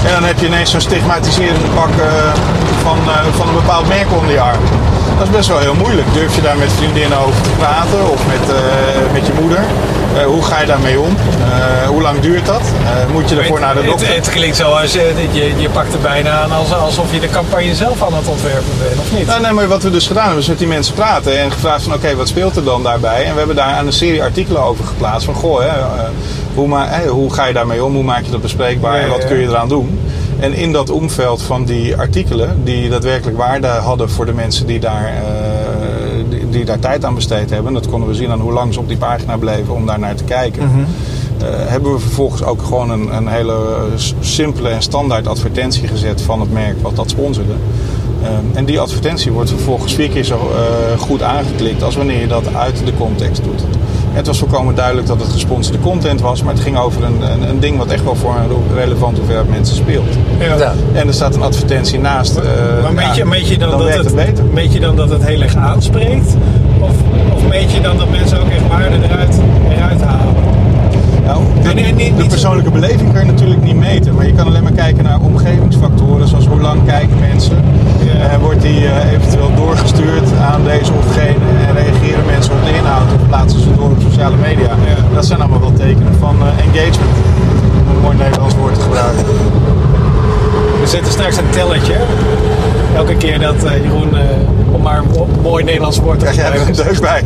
En dan heb je ineens zo'n stigmatiserende pak van een bepaald merk onder je arm. Dat is best wel heel moeilijk. Durf je daar met vriendinnen over te praten of met je moeder? Hoe ga je daarmee om? Hoe lang duurt dat? Moet je ervoor naar de dokter? Het klinkt zo als je pakt er bijna aan alsof je de campagne zelf aan het ontwerpen bent, of niet? Nee, maar wat we dus gedaan hebben is met die mensen praten en gevraagd van oké, wat speelt er dan daarbij? En we hebben daar een serie artikelen over geplaatst van goh, hoe ga je daarmee om? Hoe maak je dat bespreekbaar en wat kun je eraan doen? En in dat omveld van die artikelen, die daadwerkelijk waarde hadden voor de mensen die daar tijd aan besteed hebben, dat konden we zien aan hoe lang ze op die pagina bleven om daar naar te kijken, hebben we vervolgens ook gewoon een hele simpele en standaard advertentie gezet van het merk wat dat sponsorde. En die advertentie wordt vervolgens 4 keer zo goed aangeklikt als wanneer je dat uit de context doet. Het was volkomen duidelijk dat het gesponsorde content was, maar het ging over een ding wat echt wel voor een relevant hoeveelheid mensen speelt. Ja. En er staat een advertentie naast. Maar meet je dan werkt het beter. Meet je dan dat het heel erg aanspreekt? Of meet je dan dat mensen ook echt waarde eruit halen? Nou, de persoonlijke beleving kan je natuurlijk niet meten, maar je kan alleen maar kijken naar omgevingsfactoren, zoals hoe lang kijken mensen. Wordt die eventueel doorgestuurd aan deze of gene en reageren mensen op de inhoud of plaatsen ze door op sociale media. Ja. Dat zijn allemaal wel tekenen van engagement, om een mooi Nederlands woord te gebruiken. We zetten straks een telletje. Elke keer dat Jeroen, om maar een mooi Nederlands woord te gebruiken. Krijg jij er een deuk bij.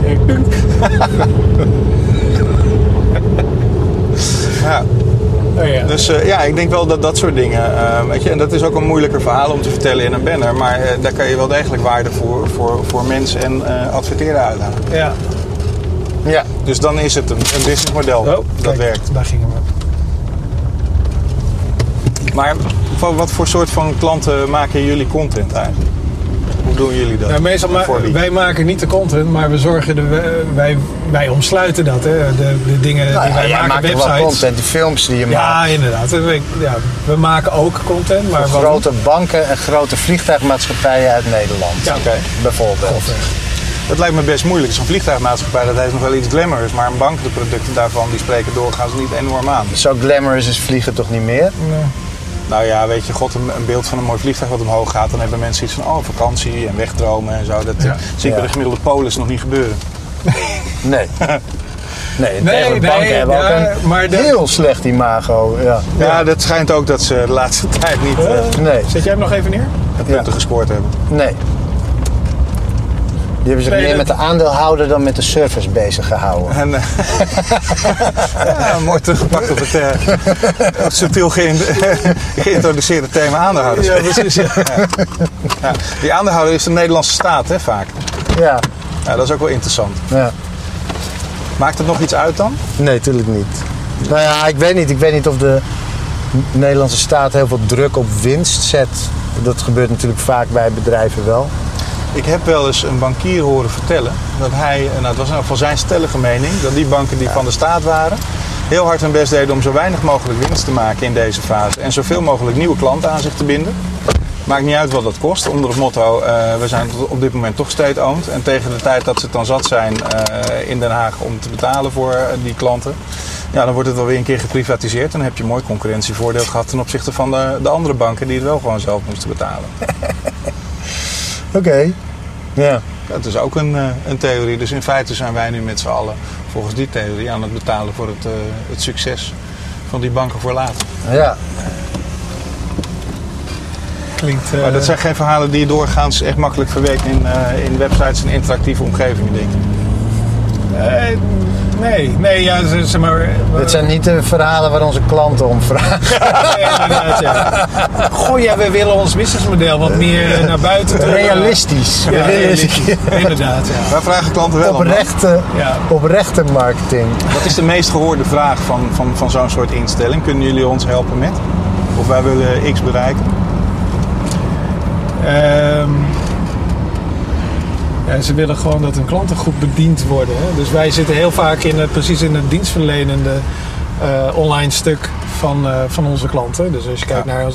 Ja. Oh ja. Dus ik denk wel dat soort dingen, weet je, en dat is ook een moeilijker verhaal om te vertellen in een banner, maar daar kan je wel degelijk waarde voor mensen en adverteren uithalen. Ja. Ja. Dus dan is het een businessmodel dat kijk, werkt. Daar gingen we. Maar wat voor soort van klanten maken jullie content eigenlijk? Hoe doen jullie dat? Nou, meestal wij maken niet de content, maar we zorgen wij omsluiten dat. Hè. De dingen die wij maken, maakt websites. wel content, die films die je maakt. Ja, inderdaad. We maken ook content. Maar voor grote banken en grote vliegtuigmaatschappijen uit Nederland. Ja, bijvoorbeeld. Dat lijkt me best moeilijk. Zo'n vliegtuigmaatschappij dat heeft nog wel iets glamorous, maar een bank, de producten daarvan, die spreken doorgaans niet enorm aan. Zo glamorous is vliegen toch niet meer? Nee. Nou ja, weet je, een beeld van een mooi vliegtuig wat omhoog gaat, dan hebben mensen iets van vakantie en wegdromen en zo. Dat zie ik bij de gemiddelde polis nog niet gebeuren. Nee. Nee, banken hebben ook een heel slecht imago. Ja, dat schijnt ook dat ze de laatste tijd niet Zet jij hem nog even neer? punten gescoord hebben. Nee. Die hebben zich meer met de aandeelhouder dan met de service bezig gehouden. En, mooi teruggepakt op het subtiel geïntroduceerde thema aandeelhouders. Ja, precies. Ja. Ja. Die aandeelhouder is de Nederlandse staat, hè, vaak. Ja. Dat is ook wel interessant. Ja. Maakt het nog iets uit dan? Nee, tuurlijk niet. Nou ja, ik weet niet of de Nederlandse staat heel veel druk op winst zet. Dat gebeurt natuurlijk vaak bij bedrijven wel. Ik heb wel eens een bankier horen vertellen dat hij, het was in ieder geval zijn stellige mening, dat die banken die van de staat waren, heel hard hun best deden om zo weinig mogelijk winst te maken in deze fase. En zoveel mogelijk nieuwe klanten aan zich te binden. Maakt niet uit wat dat kost. Onder het motto, we zijn op dit moment toch state-owned. En tegen de tijd dat ze het dan zat zijn in Den Haag om te betalen voor die klanten, ja, dan wordt het wel weer een keer geprivatiseerd. En dan heb je een mooi concurrentievoordeel gehad ten opzichte van de andere banken die het wel gewoon zelf moesten betalen. Oké. Ja. Dat is ook een theorie. Dus in feite zijn wij nu met z'n allen volgens die theorie aan het betalen voor het succes van die banken voor later. Ja. Klinkt, maar dat zijn geen verhalen die je doorgaans echt makkelijk verwerkt in websites en interactieve omgevingen, denk ik. Nee, ja, zeg maar. Dit zijn niet de verhalen waar onze klanten om vragen. Nee, inderdaad, ja. Goh, ja, we willen ons businessmodel wat meer naar buiten toe. Realistisch. Ja, inderdaad, ja. Waar vragen klanten wel oprechte marketing. Wat is de meest gehoorde vraag van zo'n soort instelling? Kunnen jullie ons helpen met? Of wij willen X bereiken? Ja, ze willen gewoon dat hun klanten goed bediend worden. Hè? Dus wij zitten heel vaak precies in het dienstverlenende online stuk van onze klanten. Dus als je kijkt naar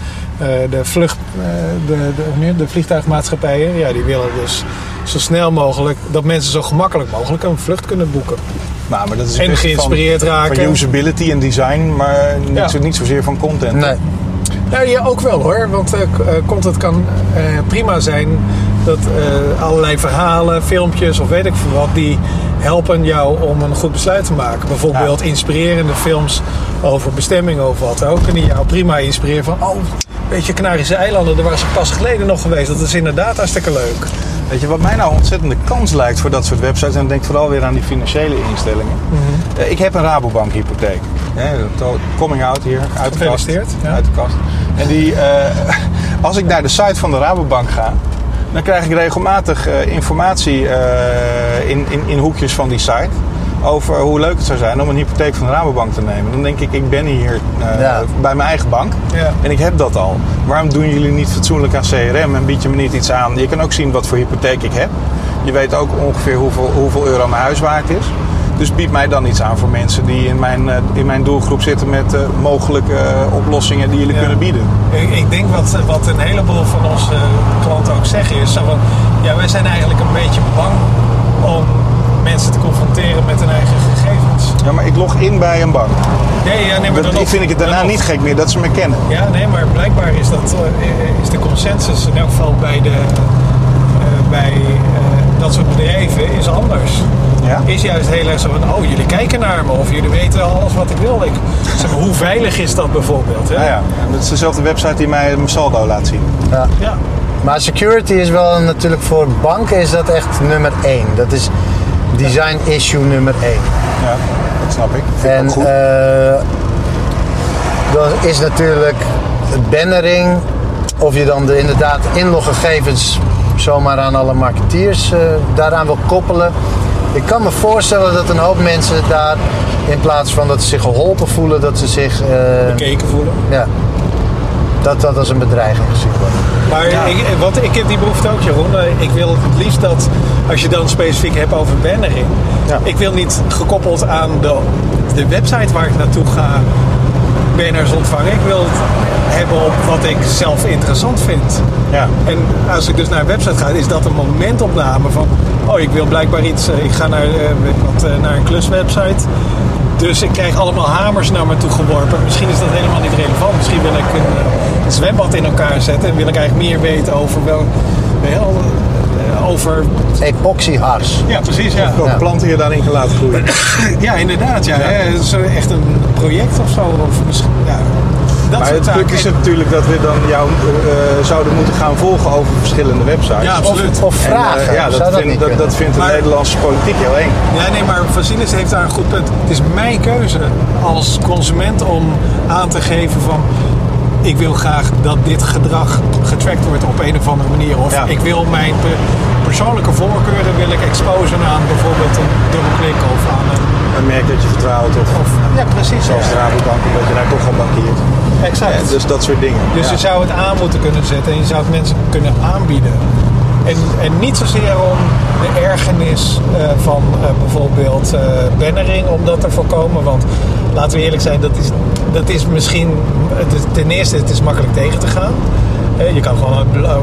de vliegtuigmaatschappijen, ja, die willen dus zo snel mogelijk dat mensen zo gemakkelijk mogelijk een vlucht kunnen boeken. Nou, maar dat is en geïnspireerd raken. Van usability en design, maar niet zozeer van content. Nee. Nou ja, ook wel hoor. Want content kan prima zijn dat allerlei verhalen, filmpjes of weet ik veel wat, die helpen jou om een goed besluit te maken. Bijvoorbeeld inspirerende films over bestemming of wat ook. Kunnen jou prima inspireren van, weet je, Canarische eilanden, daar was ik pas geleden nog geweest. Dat is inderdaad hartstikke leuk. Weet je, wat mij nou een ontzettende kans lijkt voor dat soort websites, en dan denk ik vooral weer aan die financiële instellingen. Ik heb een Rabobank hypotheek. Coming out hier, uit de kast. Ja. Uit de kast. En als ik naar de site van de Rabobank ga, dan krijg ik regelmatig informatie in hoekjes van die site over hoe leuk het zou zijn om een hypotheek van de Rabobank te nemen. Dan denk ik ben hier bij mijn eigen bank en ik heb dat al. Waarom doen jullie niet fatsoenlijk aan CRM en bied je me niet iets aan? Je kan ook zien wat voor hypotheek ik heb. Je weet ook ongeveer hoeveel euro mijn huis waard is. Dus bied mij dan iets aan voor mensen die in mijn doelgroep zitten met mogelijke oplossingen die jullie kunnen bieden. Ik denk wat een heleboel van onze klanten ook zeggen is van, wij zijn eigenlijk een beetje bang om mensen te confronteren met hun eigen gegevens. Ja, maar ik log in bij een bank. Nee, maar dan vind ik het daarna niet gek meer dat ze me kennen. Ja, nee, maar blijkbaar is de consensus in elk geval bij dat soort bedrijven is anders. Ja? Is juist heel erg zo van, jullie kijken naar me of jullie weten alles wat ik wil. Zeg maar, hoe veilig is dat bijvoorbeeld? Hè? Ja. Dat is dezelfde website die mij mijn saldo laat zien. Ja. Maar security is wel natuurlijk voor banken is dat echt nummer 1. Dat is design issue nummer 1. Ja, dat snap ik. En dat is natuurlijk bannering. Of je dan inderdaad inloggegevens zomaar aan alle marketeers daaraan wil koppelen. Ik kan me voorstellen dat een hoop mensen daar, in plaats van dat ze zich geholpen voelen, dat ze zich bekeken voelen. Ja. Dat als een bedreiging gezien wordt. Maar ik heb die behoefte ook, Jeroen. Ik wil het liefst dat, als je dan specifiek hebt over bannering, ik wil niet gekoppeld aan de website waar ik naartoe ga banners ontvangen. Ik wil het hebben op wat ik zelf interessant vind. Ja. En als ik dus naar een website ga, is dat een momentopname van, ik wil blijkbaar iets, ik ga naar een kluswebsite. Dus ik krijg allemaal hamers naar me toe geworpen. Misschien is dat helemaal niet relevant. Misschien wil ik een zwembad in elkaar zetten en wil ik eigenlijk meer weten over over epoxyhars. Ja, precies. Ja. Welke planten je daarin kan laten groeien. Ja, inderdaad. Ja. Het is echt een project of zo. Of misschien, maar het punt is natuurlijk dat we dan jou zouden moeten gaan volgen over verschillende websites. Ja, absoluut. Of vragen. Dat vindt de Nederlandse politiek heel eng. Ja, nee, maar Vasilis heeft daar een goed punt. Het is mijn keuze als consument om aan te geven van, ik wil graag dat dit gedrag getrackt wordt op een of andere manier. Of ik wil mijn persoonlijke voorkeuren wil ik exposen aan bijvoorbeeld een dubbelklik of aan een merk dat je vertrouwt. Of ja, precies. Zoals de Rabobank, dat je daar toch al bankiert. Exact. Ja, dus dat soort dingen. Dus je zou het aan moeten kunnen zetten en je zou het mensen kunnen aanbieden. En niet zozeer om de ergernis van bijvoorbeeld bannering, om dat te voorkomen. Want laten we eerlijk zijn, dat is misschien, ten eerste, het is makkelijk tegen te gaan. Je kan gewoon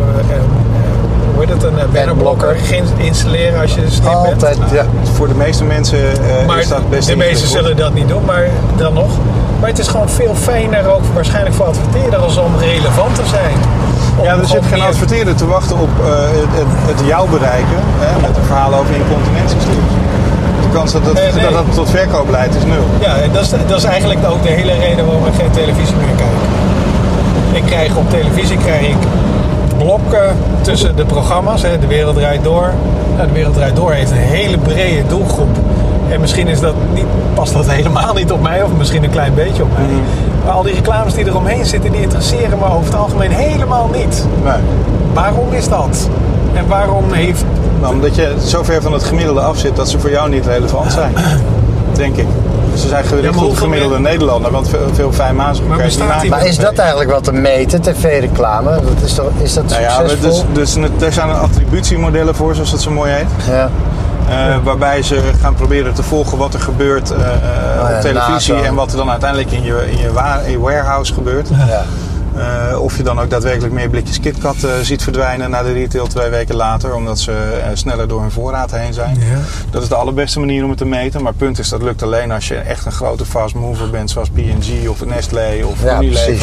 een bannerblokker installeren als je slim bent. Altijd, ja. Voor de meeste mensen is dat best de meesten zullen dat niet doen, maar dan nog. Maar het is gewoon veel fijner, ook waarschijnlijk voor adverteerders, om relevant te zijn. Ja, er zit geen adverteerder te wachten op het jou bereiken met een verhaal over incontinentiestudies. De kans dat dat tot verkoop leidt is 0. Ja, en dat is eigenlijk ook de hele reden waarom ik geen televisie meer kijk. Op televisie krijg ik blokken tussen de programma's. De Wereld Draait Door. Nou, de Wereld Draait Door heeft een hele brede doelgroep. En misschien past dat helemaal niet op mij, of misschien een klein beetje op mij. Maar al die reclames die eromheen zitten, die interesseren me over het algemeen helemaal niet. Nee. Waarom is dat? En waarom heeft... Nou, omdat je zo ver van het gemiddelde af zit dat ze voor jou niet relevant zijn. Denk ik. Ze zijn gericht op de gemiddelde Nederlander, want veel fijnmazig kan je niet maken. Maar is dat eigenlijk wat te meten, tv-reclame? Is dat succesvol? Dus er zijn attributiemodellen voor, zoals dat zo mooi heet. Ja. Waarbij ze gaan proberen te volgen wat er gebeurt op televisie en wat er dan uiteindelijk in je warehouse gebeurt. Ja. Of je dan ook daadwerkelijk meer blikjes KitKat ziet verdwijnen naar de retail 2 weken later, omdat ze sneller door hun voorraad heen zijn. Ja. Dat is de allerbeste manier om het te meten. Maar het punt is, dat lukt alleen als je echt een grote fast mover bent, zoals P&G of Nestlé of Unilever.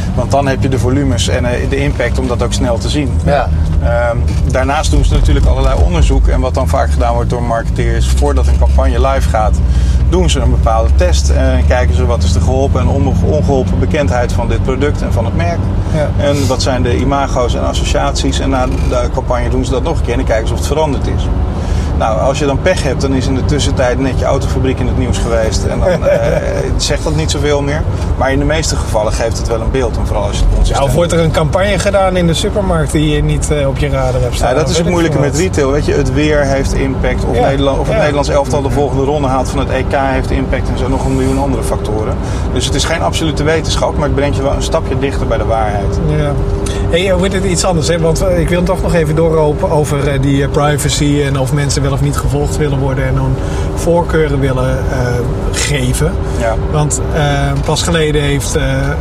Want dan heb je de volumes en de impact om dat ook snel te zien. Ja. Daarnaast doen ze natuurlijk allerlei onderzoek. En wat dan vaak gedaan wordt door marketeers, voordat een campagne live gaat, doen ze een bepaalde test. En kijken ze wat is de geholpen en ongeholpen bekendheid van dit product en van het merk. Ja. En wat zijn de imago's en associaties. En na de campagne doen ze dat nog een keer en dan kijken ze of het veranderd is. Nou, als je dan pech hebt, dan is in de tussentijd net je autofabriek in het nieuws geweest. En dan zegt dat niet zoveel meer. Maar in de meeste gevallen geeft het wel een beeld. En vooral als je het consistent... Of wordt er een campagne gedaan in de supermarkt die je niet op je radar hebt staan? Ja, dat is het moeilijke met retail. Weet je, het weer heeft impact. Of, het Nederlands elftal de volgende ronde haalt van het EK heeft impact. En zo nog 1 miljoen andere factoren. Dus het is geen absolute wetenschap. Maar het brengt je wel een stapje dichter bij de waarheid. Ja. Hey, wordt het iets anders? Hè? Want ik wil toch nog even doorlopen over die privacy. En of mensen wel of niet gevolgd willen worden. En hun voorkeuren willen geven. Ja. Want pas geleden heeft...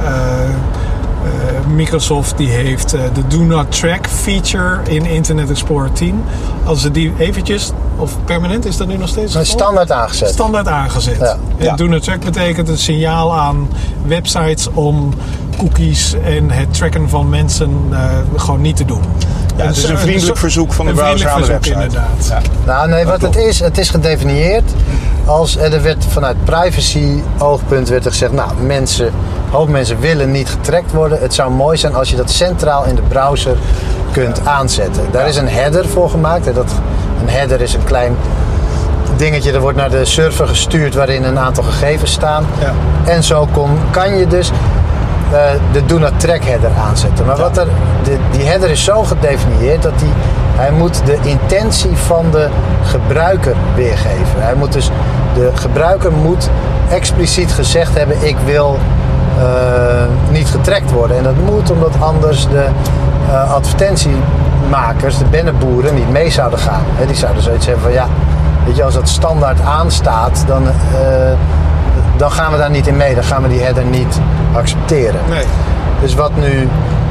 Microsoft die heeft de Do Not Track feature in Internet Explorer 10. Als ze die eventjes, of permanent is dat nu nog steeds? Standaard aangezet. Standaard aangezet. Ja. Ja. Do Not Track betekent een signaal aan websites om cookies en het tracken van mensen gewoon niet te doen. Ja, het is een vriendelijk verzoek van de browser aan de website. Inderdaad. Ja. Nou nee, wat het is gedefinieerd als er werd vanuit privacy oogpunt werd er gezegd, nou hoop mensen willen niet getrackt worden. Het zou mooi zijn als je dat centraal in de browser kunt aanzetten. Daar is een header voor gemaakt. Een header is een klein dingetje, dat wordt naar de server gestuurd waarin een aantal gegevens staan. Ja. En zo kan je dus de Do Not Track header aanzetten. Maar die header is zo gedefinieerd dat hij moet de intentie van de gebruiker weergeven. De gebruiker moet expliciet gezegd hebben, ik wil niet getrackt worden. En dat moet omdat anders de advertentiemakers, de bannenboeren, niet mee zouden gaan. Die zouden zoiets hebben van, ja, weet je, als dat standaard aanstaat, dan gaan we daar niet in mee. Dan gaan we die header niet accepteren. Nee. Dus wat nu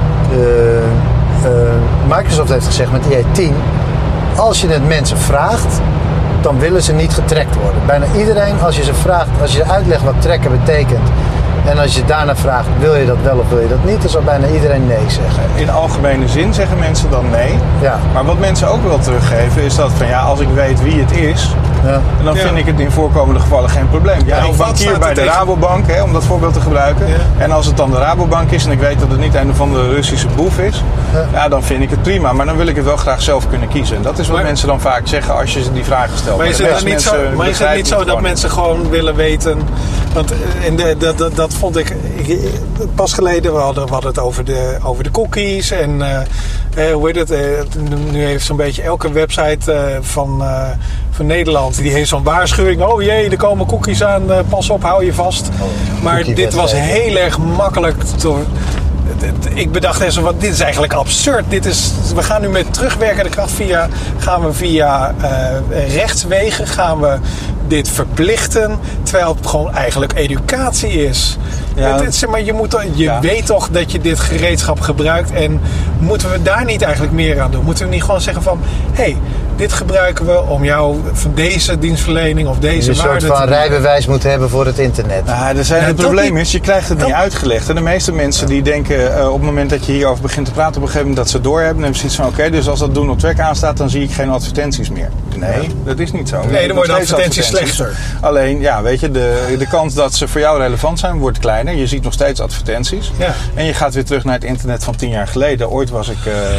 Microsoft heeft gezegd met IE10, als je het mensen vraagt, dan willen ze niet getrackt worden. Bijna iedereen, als je ze uitlegt wat tracken betekent, en als je daarna vraagt, wil je dat wel of wil je dat niet, dan zal bijna iedereen nee zeggen. In algemene zin zeggen mensen dan nee. Ja. Maar wat mensen ook wel teruggeven is dat van ja, als ik weet wie het is, dan vind ik het in voorkomende gevallen geen probleem. Ja, ik bankier bij de Rabobank, om dat voorbeeld te gebruiken. Ja. En als het dan de Rabobank is en ik weet dat het niet een of andere Russische boef is, dan vind ik het prima. Maar dan wil ik het wel graag zelf kunnen kiezen. En dat is wat mensen dan vaak zeggen als je ze die vragen stelt. Maar is het niet zo dat mensen gewoon willen weten, want dat vond ik pas geleden, we hadden het over de cookies en hoe heet het, nu heeft zo'n beetje elke website van Nederland, die heeft zo'n waarschuwing, oh jee, er komen cookies aan, pas op, hou je vast. Maar dit was heel erg makkelijk ik bedacht even, dit is eigenlijk absurd. We gaan nu met terugwerkende kracht via rechtswegen gaan we dit verplichten, terwijl het gewoon eigenlijk educatie is. Ja. Maar je weet toch dat je dit gereedschap gebruikt en moeten we daar niet eigenlijk meer aan doen? Moeten we niet gewoon zeggen van, hey, dit gebruiken we om jou van deze dienstverlening of deze waarde een soort van rijbewijs moeten hebben voor het internet. Het probleem is, je krijgt het niet uitgelegd. En de meeste mensen die denken op het moment dat je hierover begint te praten, op een gegeven moment dat ze doorhebben, dan hebben ze iets van, oké, dus als dat Do Not Track aanstaat, dan zie ik geen advertenties meer. Nee, dat is niet zo. Nee, dan worden advertenties slechter. Alleen, ja, weet je, de kans dat ze voor jou relevant zijn, wordt kleiner. Je ziet nog steeds advertenties. Ja. En je gaat weer terug naar het internet van 10 jaar geleden. Ooit was ik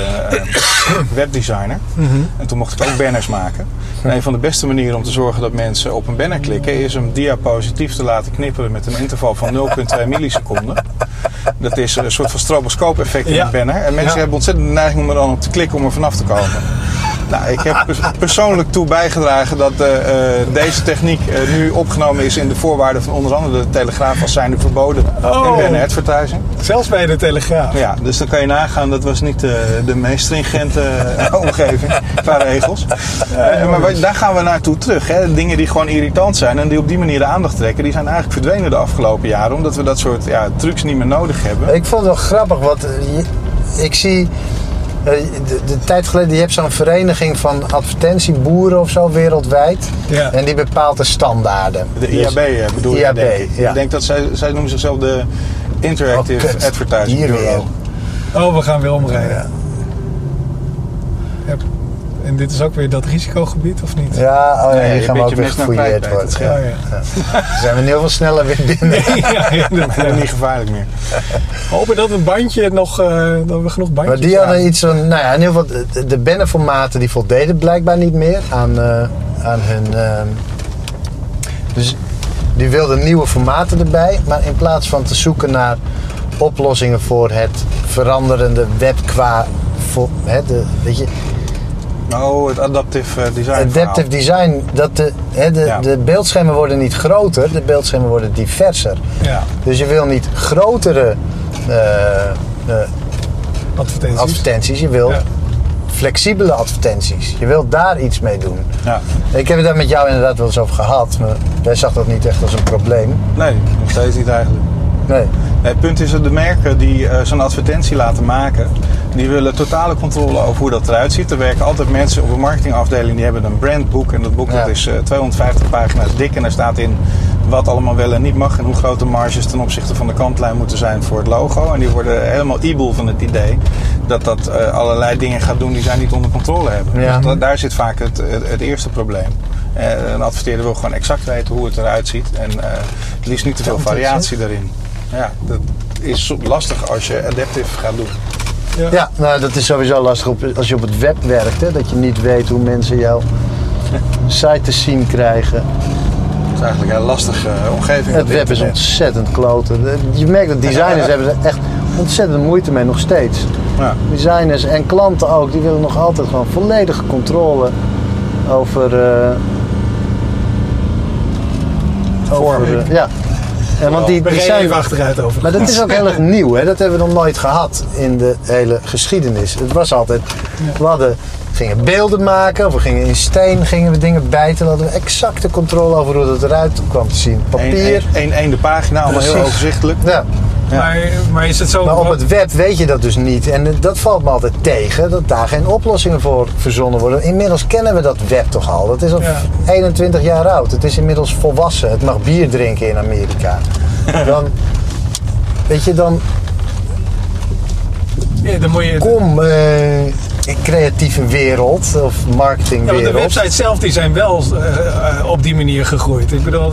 webdesigner. Mm-hmm. En toen mocht ik ook banners maken. En een van de beste manieren om te zorgen dat mensen op een banner klikken, is een diapositief te laten knipperen met een interval van 0,2 milliseconden. Dat is een soort van stroboscoop-effect in een banner. En mensen hebben ontzettend de neiging om er dan op te klikken om er vanaf te komen. Nou, ik heb persoonlijk toe bijgedragen dat deze techniek nu opgenomen is in de voorwaarden van onder andere de Telegraaf als zijnde verboden in banner advertising. Zelfs bij de Telegraaf? Ja, dus dan kan je nagaan, dat was niet de meest stringente omgeving qua regels. Maar daar gaan we naartoe terug. Hè. Dingen die gewoon irritant zijn en die op die manier de aandacht trekken, die zijn eigenlijk verdwenen de afgelopen jaren, omdat we dat soort trucs niet meer nodig hebben. Ik vond het wel grappig, want ik zie De tijd geleden, je hebt zo'n vereniging van advertentieboeren of zo wereldwijd. Ja. En die bepaalt de standaarden. De IAB bedoel je, IAB, denk ik. ja. Ik denk dat zij noemen zichzelf de Interactive kut. Advertising Hier Bureau. weer. Oh, we gaan weer omrijden. Ja. Ja. En dit is ook weer dat risicogebied, of niet? Ja, oh ja, Nee, hier je gaan we bent ook je weer mes naar gefouilleerd kwijt bij het worden. Oh, ja. Dan zijn we heel veel sneller weer binnen. Dat Dat is niet gevaarlijk meer. hopen dat het bandje nog, dat we genoeg bandjes Maar die hadden iets van, nou ja, in ieder geval, de bannerformaten die voldeden blijkbaar niet meer aan hun... dus die wilden nieuwe formaten erbij, maar in plaats van te zoeken naar oplossingen voor het veranderende web qua... weet je, Oh, het adaptive design. adaptive design, dat de beeldschermen worden niet groter, de beeldschermen worden diverser. Ja, Dus je wil niet grotere advertenties. advertenties, je wil Ja. flexibele advertenties. Je wilt daar iets mee doen. Ja. Ik heb het daar met jou inderdaad wel eens over gehad, maar jij zag dat niet echt als een probleem. Nee, nog steeds niet eigenlijk. Nee. Het punt is dat de merken die zo'n advertentie laten maken, die willen totale controle over hoe dat eruit ziet. Er werken altijd mensen op een marketingafdeling die hebben een brandboek. En dat boek dat is 250 pagina's dik en daar staat in wat allemaal wel en niet mag. En hoe groot de marges ten opzichte van de kantlijn moeten zijn voor het logo. En die worden helemaal ibel van het idee dat allerlei dingen gaat doen die zij niet onder controle hebben. Ja. Dus daar zit vaak het eerste probleem. Een adverteerder wil gewoon exact weten hoe het eruit ziet. En het liefst niet te veel variatie daarin. Ja, dat is lastig als je adaptive gaat doen. Ja, nou dat is sowieso lastig als je op het web werkt, hè, dat je niet weet hoe mensen jouw site te zien krijgen. Het is eigenlijk een heel lastige omgeving. Het web is ontzettend kloten. Je merkt dat designers hebben er echt ontzettend moeite mee, nog steeds. Ja. Designers en klanten ook, die willen nog altijd gewoon volledige controle over... ja. En want die We zijn even achteruit over. Maar dat is ook heel erg nieuw, hè? Dat hebben we nog nooit gehad in de hele geschiedenis. Het was altijd, we gingen beelden maken, of we gingen in steen gingen we dingen bijten. Dan hadden we exacte controle over hoe dat eruit kwam te zien. Papier. Eén de pagina, allemaal heel Precies. overzichtelijk. Ja. Maar is het zo... Maar op het web weet je dat dus niet. En dat valt me altijd tegen, dat daar geen oplossingen voor verzonnen worden. Inmiddels kennen we dat web toch al. Dat is al 21 jaar oud. Het is inmiddels volwassen. Het mag bier drinken in Amerika. Dan, weet je, dan... Ja, dan moet je... Kom, creatieve wereld of Ja, marketingwereld. want de websites zelf die zijn wel op die manier gegroeid. Ik bedoel,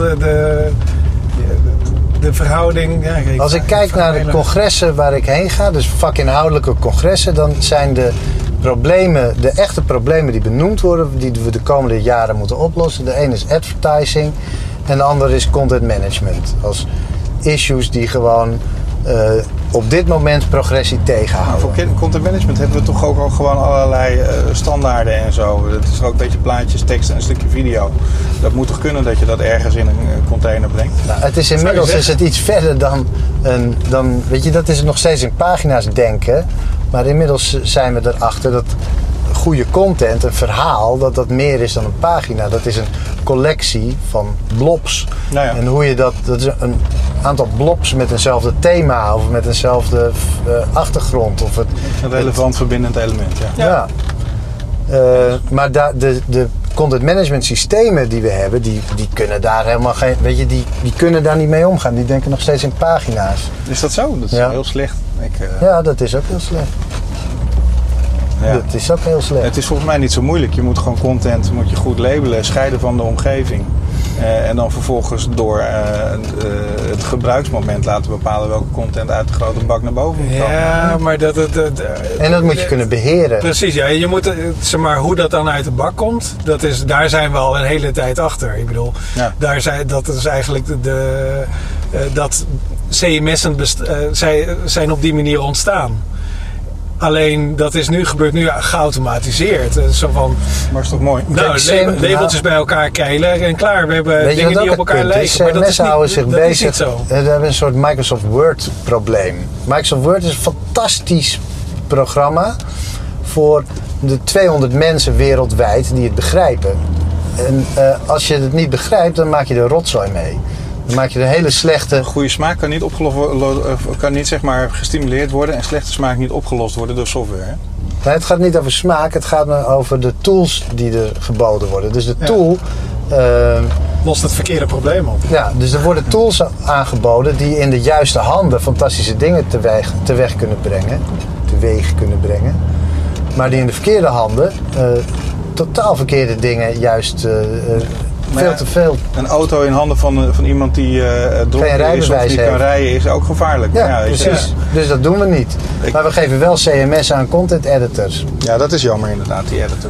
de verhouding... Ja, Als ik kijk naar de congressen waar ik heen ga, dus vakinhoudelijke congressen, dan zijn de problemen, de echte problemen die benoemd worden, die we de komende jaren moeten oplossen. De ene is advertising en de andere is content management. Als issues die gewoon op dit moment progressie Nou, tegenhouden. voor content management hebben we toch ook al gewoon allerlei standaarden en zo. Het is ook een beetje plaatjes, tekst en een stukje video. Dat moet toch kunnen dat je dat ergens in een container brengt? Nou, het is inmiddels is het iets verder dan, weet je, dat is nog steeds in pagina's denken. Maar inmiddels zijn we erachter dat goede content, een verhaal, dat meer is dan een pagina. Dat is een collectie van blobs. Nou ja. En hoe je dat is een aantal blobs met eenzelfde thema of met eenzelfde achtergrond. Of Een relevant verbindend element, ja. ja. Maar de content management systemen die we hebben, die kunnen daar helemaal geen, weet je, die kunnen daar niet mee omgaan. Die denken nog steeds in pagina's. Is dat zo? Dat is Ja. heel slecht. Ja, dat is ook heel slecht. Ja. Dat is ook heel slecht. Het is volgens mij niet zo moeilijk. Je moet gewoon content moet je goed labelen, scheiden van de omgeving. En dan vervolgens door het gebruiksmoment laten bepalen welke content uit de grote bak naar boven moet komen. Ja, maar En dat moet je kunnen beheren. Precies, ja. Je moet, zeg maar, hoe dat dan uit de bak komt, daar zijn we al een hele tijd achter. Ik bedoel, dat is eigenlijk dat CMS'en zijn op die manier ontstaan. Alleen dat is gebeurt nu geautomatiseerd. Zo van, maar is toch mooi? Nou, labeltjes bij elkaar keilen en klaar. We hebben dingen die op elkaar lijken. Maar dat is houden zich bezig. Is niet zo. We hebben een soort Microsoft Word probleem. Microsoft Word is een fantastisch programma voor de 200 mensen wereldwijd die het begrijpen. En als je het niet begrijpt, dan maak je er rotzooi mee. Dan maak je de hele slechte... Goede smaak kan niet, kan niet zeg maar gestimuleerd worden en slechte smaak niet opgelost worden door software. Hè? Nee, het gaat niet over smaak, het gaat me over de tools die er geboden worden. Dus de tool... lost het verkeerde probleem op. Ja, dus er worden tools aangeboden die in de juiste handen fantastische dingen teweeg kunnen brengen. Maar die in de verkeerde handen totaal verkeerde dingen juist veel te veel. Een auto in handen van iemand die dronken is of niet kan rijden is ook gevaarlijk. Ja, precies. Dus dat doen we niet. Maar we geven wel CMS aan content editors. Ja, dat is jammer inderdaad, die editor.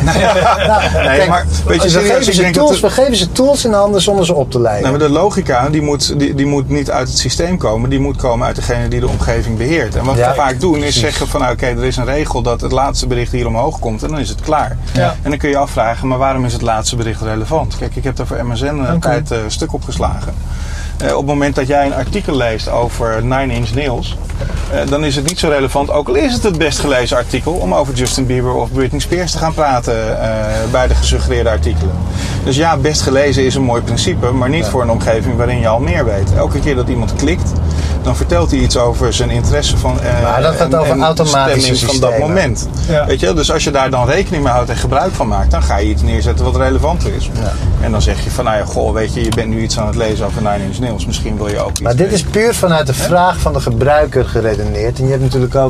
Kijk, maar weet je, we geven ze tools in handen zonder ze op te leiden. Nou, maar de logica die moet niet uit het systeem komen, die moet komen uit degene die de omgeving beheert. En wat we vaak doen is zeggen van oké, er is een regel dat het laatste bericht hier omhoog komt en dan is het klaar. Ja. En dan kun je afvragen, maar waarom is het laatste bericht relevant? Kijk, ik heb daar voor MSN een tijd stuk opgeslagen. Op het moment dat jij een artikel leest over Nine Inch Nails, dan is het niet zo relevant, ook al is het best gelezen artikel, om over Justin Bieber of Britney Spears te gaan praten bij de gesuggereerde artikelen. Dus ja, best gelezen is een mooi principe, maar niet voor een omgeving waarin je al meer weet. Elke keer dat iemand klikt, dan vertelt hij iets over zijn interesse van maar dat gaat over automatische stemming van dat moment. Ja. Weet je? Dus als je daar dan rekening mee houdt en gebruik van maakt, dan ga je iets neerzetten wat relevanter is. Ja. En dan zeg je van, nou ja, goh, weet je bent nu iets aan het lezen over Nine Inch Nails. Misschien wil je ook iets Maar dit is puur vanuit de vraag van de gebruiker geredeneerd. En je hebt natuurlijk ook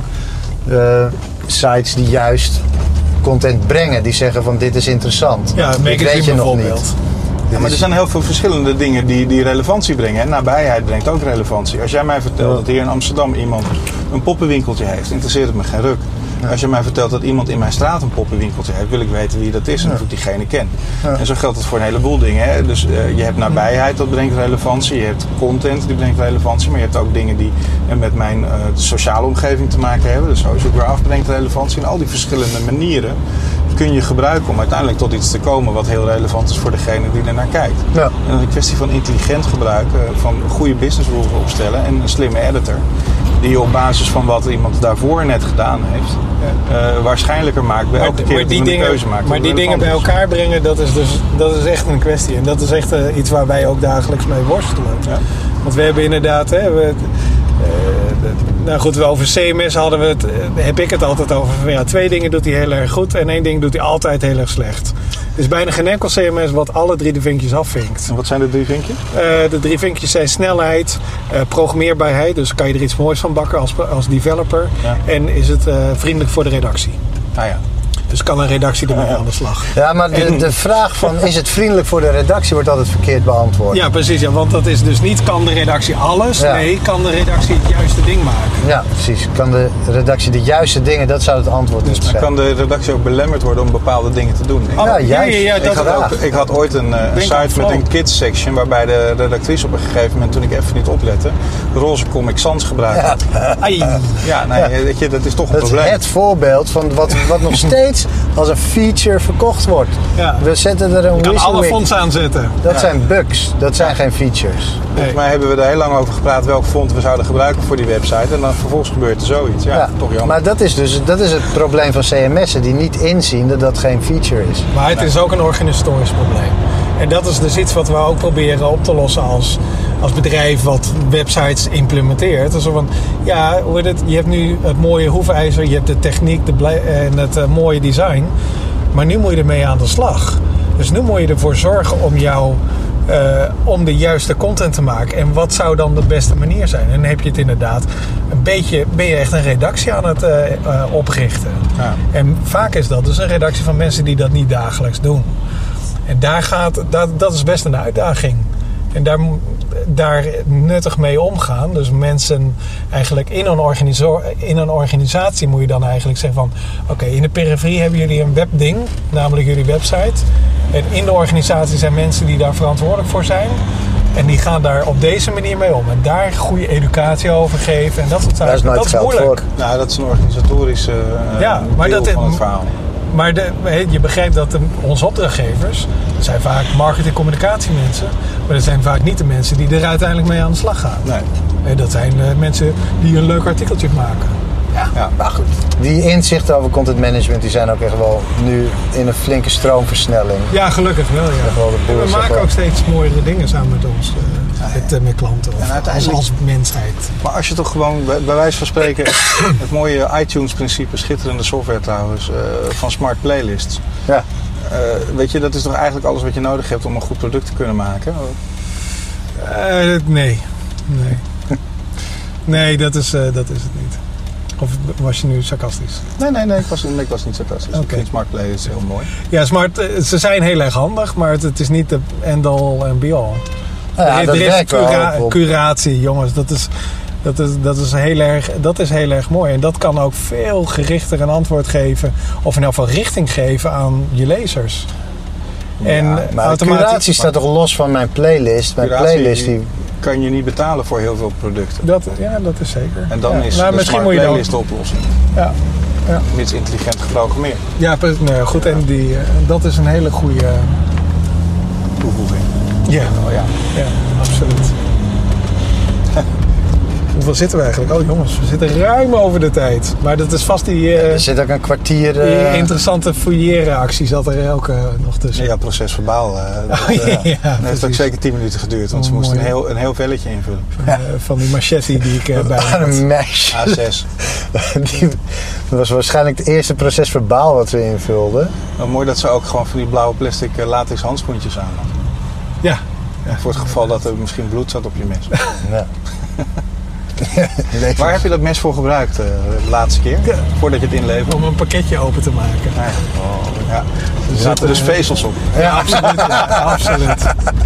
sites die juist content brengen. Die zeggen van, dit is interessant. Ja, dit weet je nog niet. Ja, maar er zijn heel veel verschillende dingen die relevantie brengen. En nabijheid brengt ook relevantie. Als jij mij vertelt dat hier in Amsterdam iemand een poppenwinkeltje heeft, interesseert het me geen ruk. Ja. Als je mij vertelt dat iemand in mijn straat een poppenwinkeltje heeft, wil ik weten wie dat is en of ik diegene ken. Ja. En zo geldt het voor een heleboel dingen. Hè? Dus je hebt nabijheid, dat brengt relevantie. Je hebt content, die brengt relevantie. Maar je hebt ook dingen die met mijn sociale omgeving te maken hebben. Dus social graph brengt relevantie. En al die verschillende manieren kun je gebruiken om uiteindelijk tot iets te komen wat heel relevant is voor degene die er naar kijkt. Ja. En dat is een kwestie van intelligent gebruiken, van goede business rules opstellen en een slimme editor. Die op basis van wat iemand daarvoor net gedaan heeft, waarschijnlijker maakt bij elke keer dat we een keuze maken. Maar die dingen bij elkaar brengen, dat is echt een kwestie. En dat is echt iets waar wij ook dagelijks mee worstelen. Ja. Want we hebben inderdaad... nou goed, over CMS heb ik het altijd over. Ja, 2 dingen doet hij heel erg goed en 1 ding doet hij altijd heel erg slecht. Er is bijna geen enkel CMS wat alle 3 de vinkjes afvinkt. En wat zijn de 3 vinkjes? De 3 vinkjes zijn snelheid, programmeerbaarheid, dus kan je er iets moois van bakken als developer. Ja. En is het vriendelijk voor de redactie. Ah ja. Dus kan een redactie ermee aan de slag. Ja, maar de vraag van is het vriendelijk voor de redactie wordt altijd verkeerd beantwoord. Ja, precies. Ja, want dat is dus niet kan de redactie alles. Ja. Nee, kan de redactie het juiste ding maken. Ja, precies. Kan de redactie de juiste dingen, dat zou het antwoord dus zijn. Kan de redactie ook belemmerd worden om bepaalde dingen te doen? Ja, juist. Ja, ik had ooit een site met een kids section waarbij de redactrice op een gegeven moment, toen ik even niet oplette, roze Comic Sans gebruikte. Ja, weet je, dat is toch een probleem. Dat is het voorbeeld van wat nog steeds als een feature verkocht wordt. Ja. We zetten er een kan alle fonts aanzetten. Dat zijn bugs, dat zijn geen features. Volgens mij hebben we er heel lang over gepraat welk font we zouden gebruiken voor die website. En dan vervolgens gebeurt er zoiets. Ja, toch jammer. Maar dat is het probleem van CMS'en die niet inzien dat dat geen feature is. Maar het is ook een organisatorisch probleem. En dat is dus iets wat we ook proberen op te lossen als bedrijf wat websites implementeert. Dus van, ja, hoe heet het? Je hebt nu het mooie hoefijzer, je hebt de techniek en het mooie design. Maar nu moet je ermee aan de slag. Dus nu moet je ervoor zorgen om de juiste content te maken. En wat zou dan de beste manier zijn? En dan heb je het inderdaad ben je echt een redactie aan het oprichten. Ja. En vaak is dat dus een redactie van mensen die dat niet dagelijks doen. En dat is best een uitdaging. En daar nuttig mee omgaan. Dus mensen eigenlijk in een organisatie moet je dan eigenlijk zeggen van oké, in de periferie hebben jullie een webding, namelijk jullie website. En in de organisatie zijn mensen die daar verantwoordelijk voor zijn. En die gaan daar op deze manier mee om. En daar goede educatie over geven. En dat soort zaken. Dat is moeilijk. Voor. Nou, dat is een organisatorische deel van het verhaal. Maar je begrijpt dat onze opdrachtgevers, dat zijn vaak marketing-communicatiemensen, maar dat zijn vaak niet de mensen die er uiteindelijk mee aan de slag gaan. Nee. Dat zijn mensen die een leuk artikeltje maken. Ja, maar goed. Die inzichten over content management die zijn ook echt wel nu in een flinke stroomversnelling. Ja, gelukkig wel. Ja. We maken ook steeds mooiere dingen samen met ons. met klanten of uiteindelijk- als mensheid. Maar als je toch gewoon, bij wijze van spreken, het mooie iTunes-principe, schitterende software trouwens, van Smart Playlists. Ja. Weet je, dat is toch eigenlijk alles wat je nodig hebt om een goed product te kunnen maken? Nee. Nee, dat is het niet. Of was je nu sarcastisch? Nee, ik was niet sarcastisch. Oké. Ik vind Smart Playlists heel mooi. Ja, ze zijn heel erg handig, maar het is niet de end-all en be-all. Ja, dat er is werkt wel op. curatie, jongens. Dat is heel erg mooi. En dat kan ook veel gerichter een antwoord geven. Of in elk geval richting geven aan je lezers. Maar curatie staat toch los van mijn playlist? Mijn Curatie playlist die... kan je niet betalen voor heel veel producten. Dat is zeker. En dan is nou, de misschien Smart moet je dan- Playlist de oplossing. Ja. Mits intelligent geprogrammeerd. Ja, nou, goed. En dat is een hele goede Toevoeging. Ja. Oh, ja. Ja, absoluut. Hoeveel zitten we eigenlijk? Oh jongens, we zitten ruim over de tijd. Maar dat is vast die Er zit ook een kwartier... die interessante fouilleren-actie zat er ook nog tussen. Ja, procesverbaal. Dat heeft ook precies. zeker 10 minuten geduurd. Want ze Oh, moesten mooi. een heel velletje invullen. Van die machete die ik bij me had. Een meisje. A6. Dat was waarschijnlijk het eerste proces verbaal wat ze invulden. Nou, mooi dat ze ook gewoon van die blauwe plastic latex handschoentjes aan hadden. Ja. Voor het geval dat er misschien bloed zat op je mes. Ja. Waar heb je dat mes voor gebruikt de laatste keer? Ja. Voordat je het inleverde? Om een pakketje open te maken. Ja. Er zaten dus vezels op. Ja, absoluut. Ja, absoluut.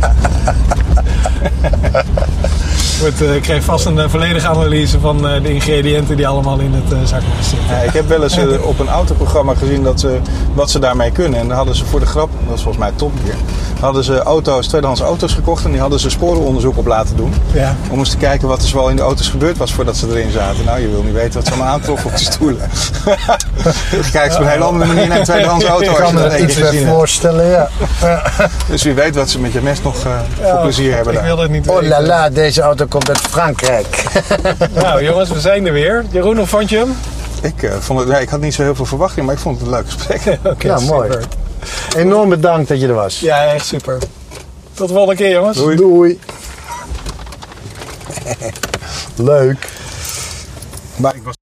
Ik kreeg vast een volledige analyse van de ingrediënten die allemaal in het zakmes zitten. Ja, ik heb wel eens op een autoprogramma gezien wat ze daarmee kunnen. En dan hadden ze voor de grap, dat is volgens mij Top Gear, hadden ze tweedehands auto's gekocht en die hadden ze sporenonderzoek op laten doen. Ja. Om eens te kijken wat er zoal in de auto's gebeurd was voordat ze erin zaten. Nou, je wil niet weten wat ze allemaal aantroffen op die stoelen. Je kijkt op een hele andere manier naar een tweedehands auto. Ik als kan je me dat er één iets keer bij gezien hebt. voorstellen, ja. Dus wie weet wat ze met je mes nog voor plezier hebben Ik daar. wil het niet Oh weten. la la, deze auto komt uit Frankrijk. Nou jongens, we zijn er weer. Jeroen, hoe vond je hem? Ik had niet zo heel veel verwachting, maar ik vond het een leuk gesprek. Oké, Nou, mooi. super. Enorm bedankt dat je er was. Ja, echt super. Tot de volgende keer jongens. Doei. Leuk. Maar ik was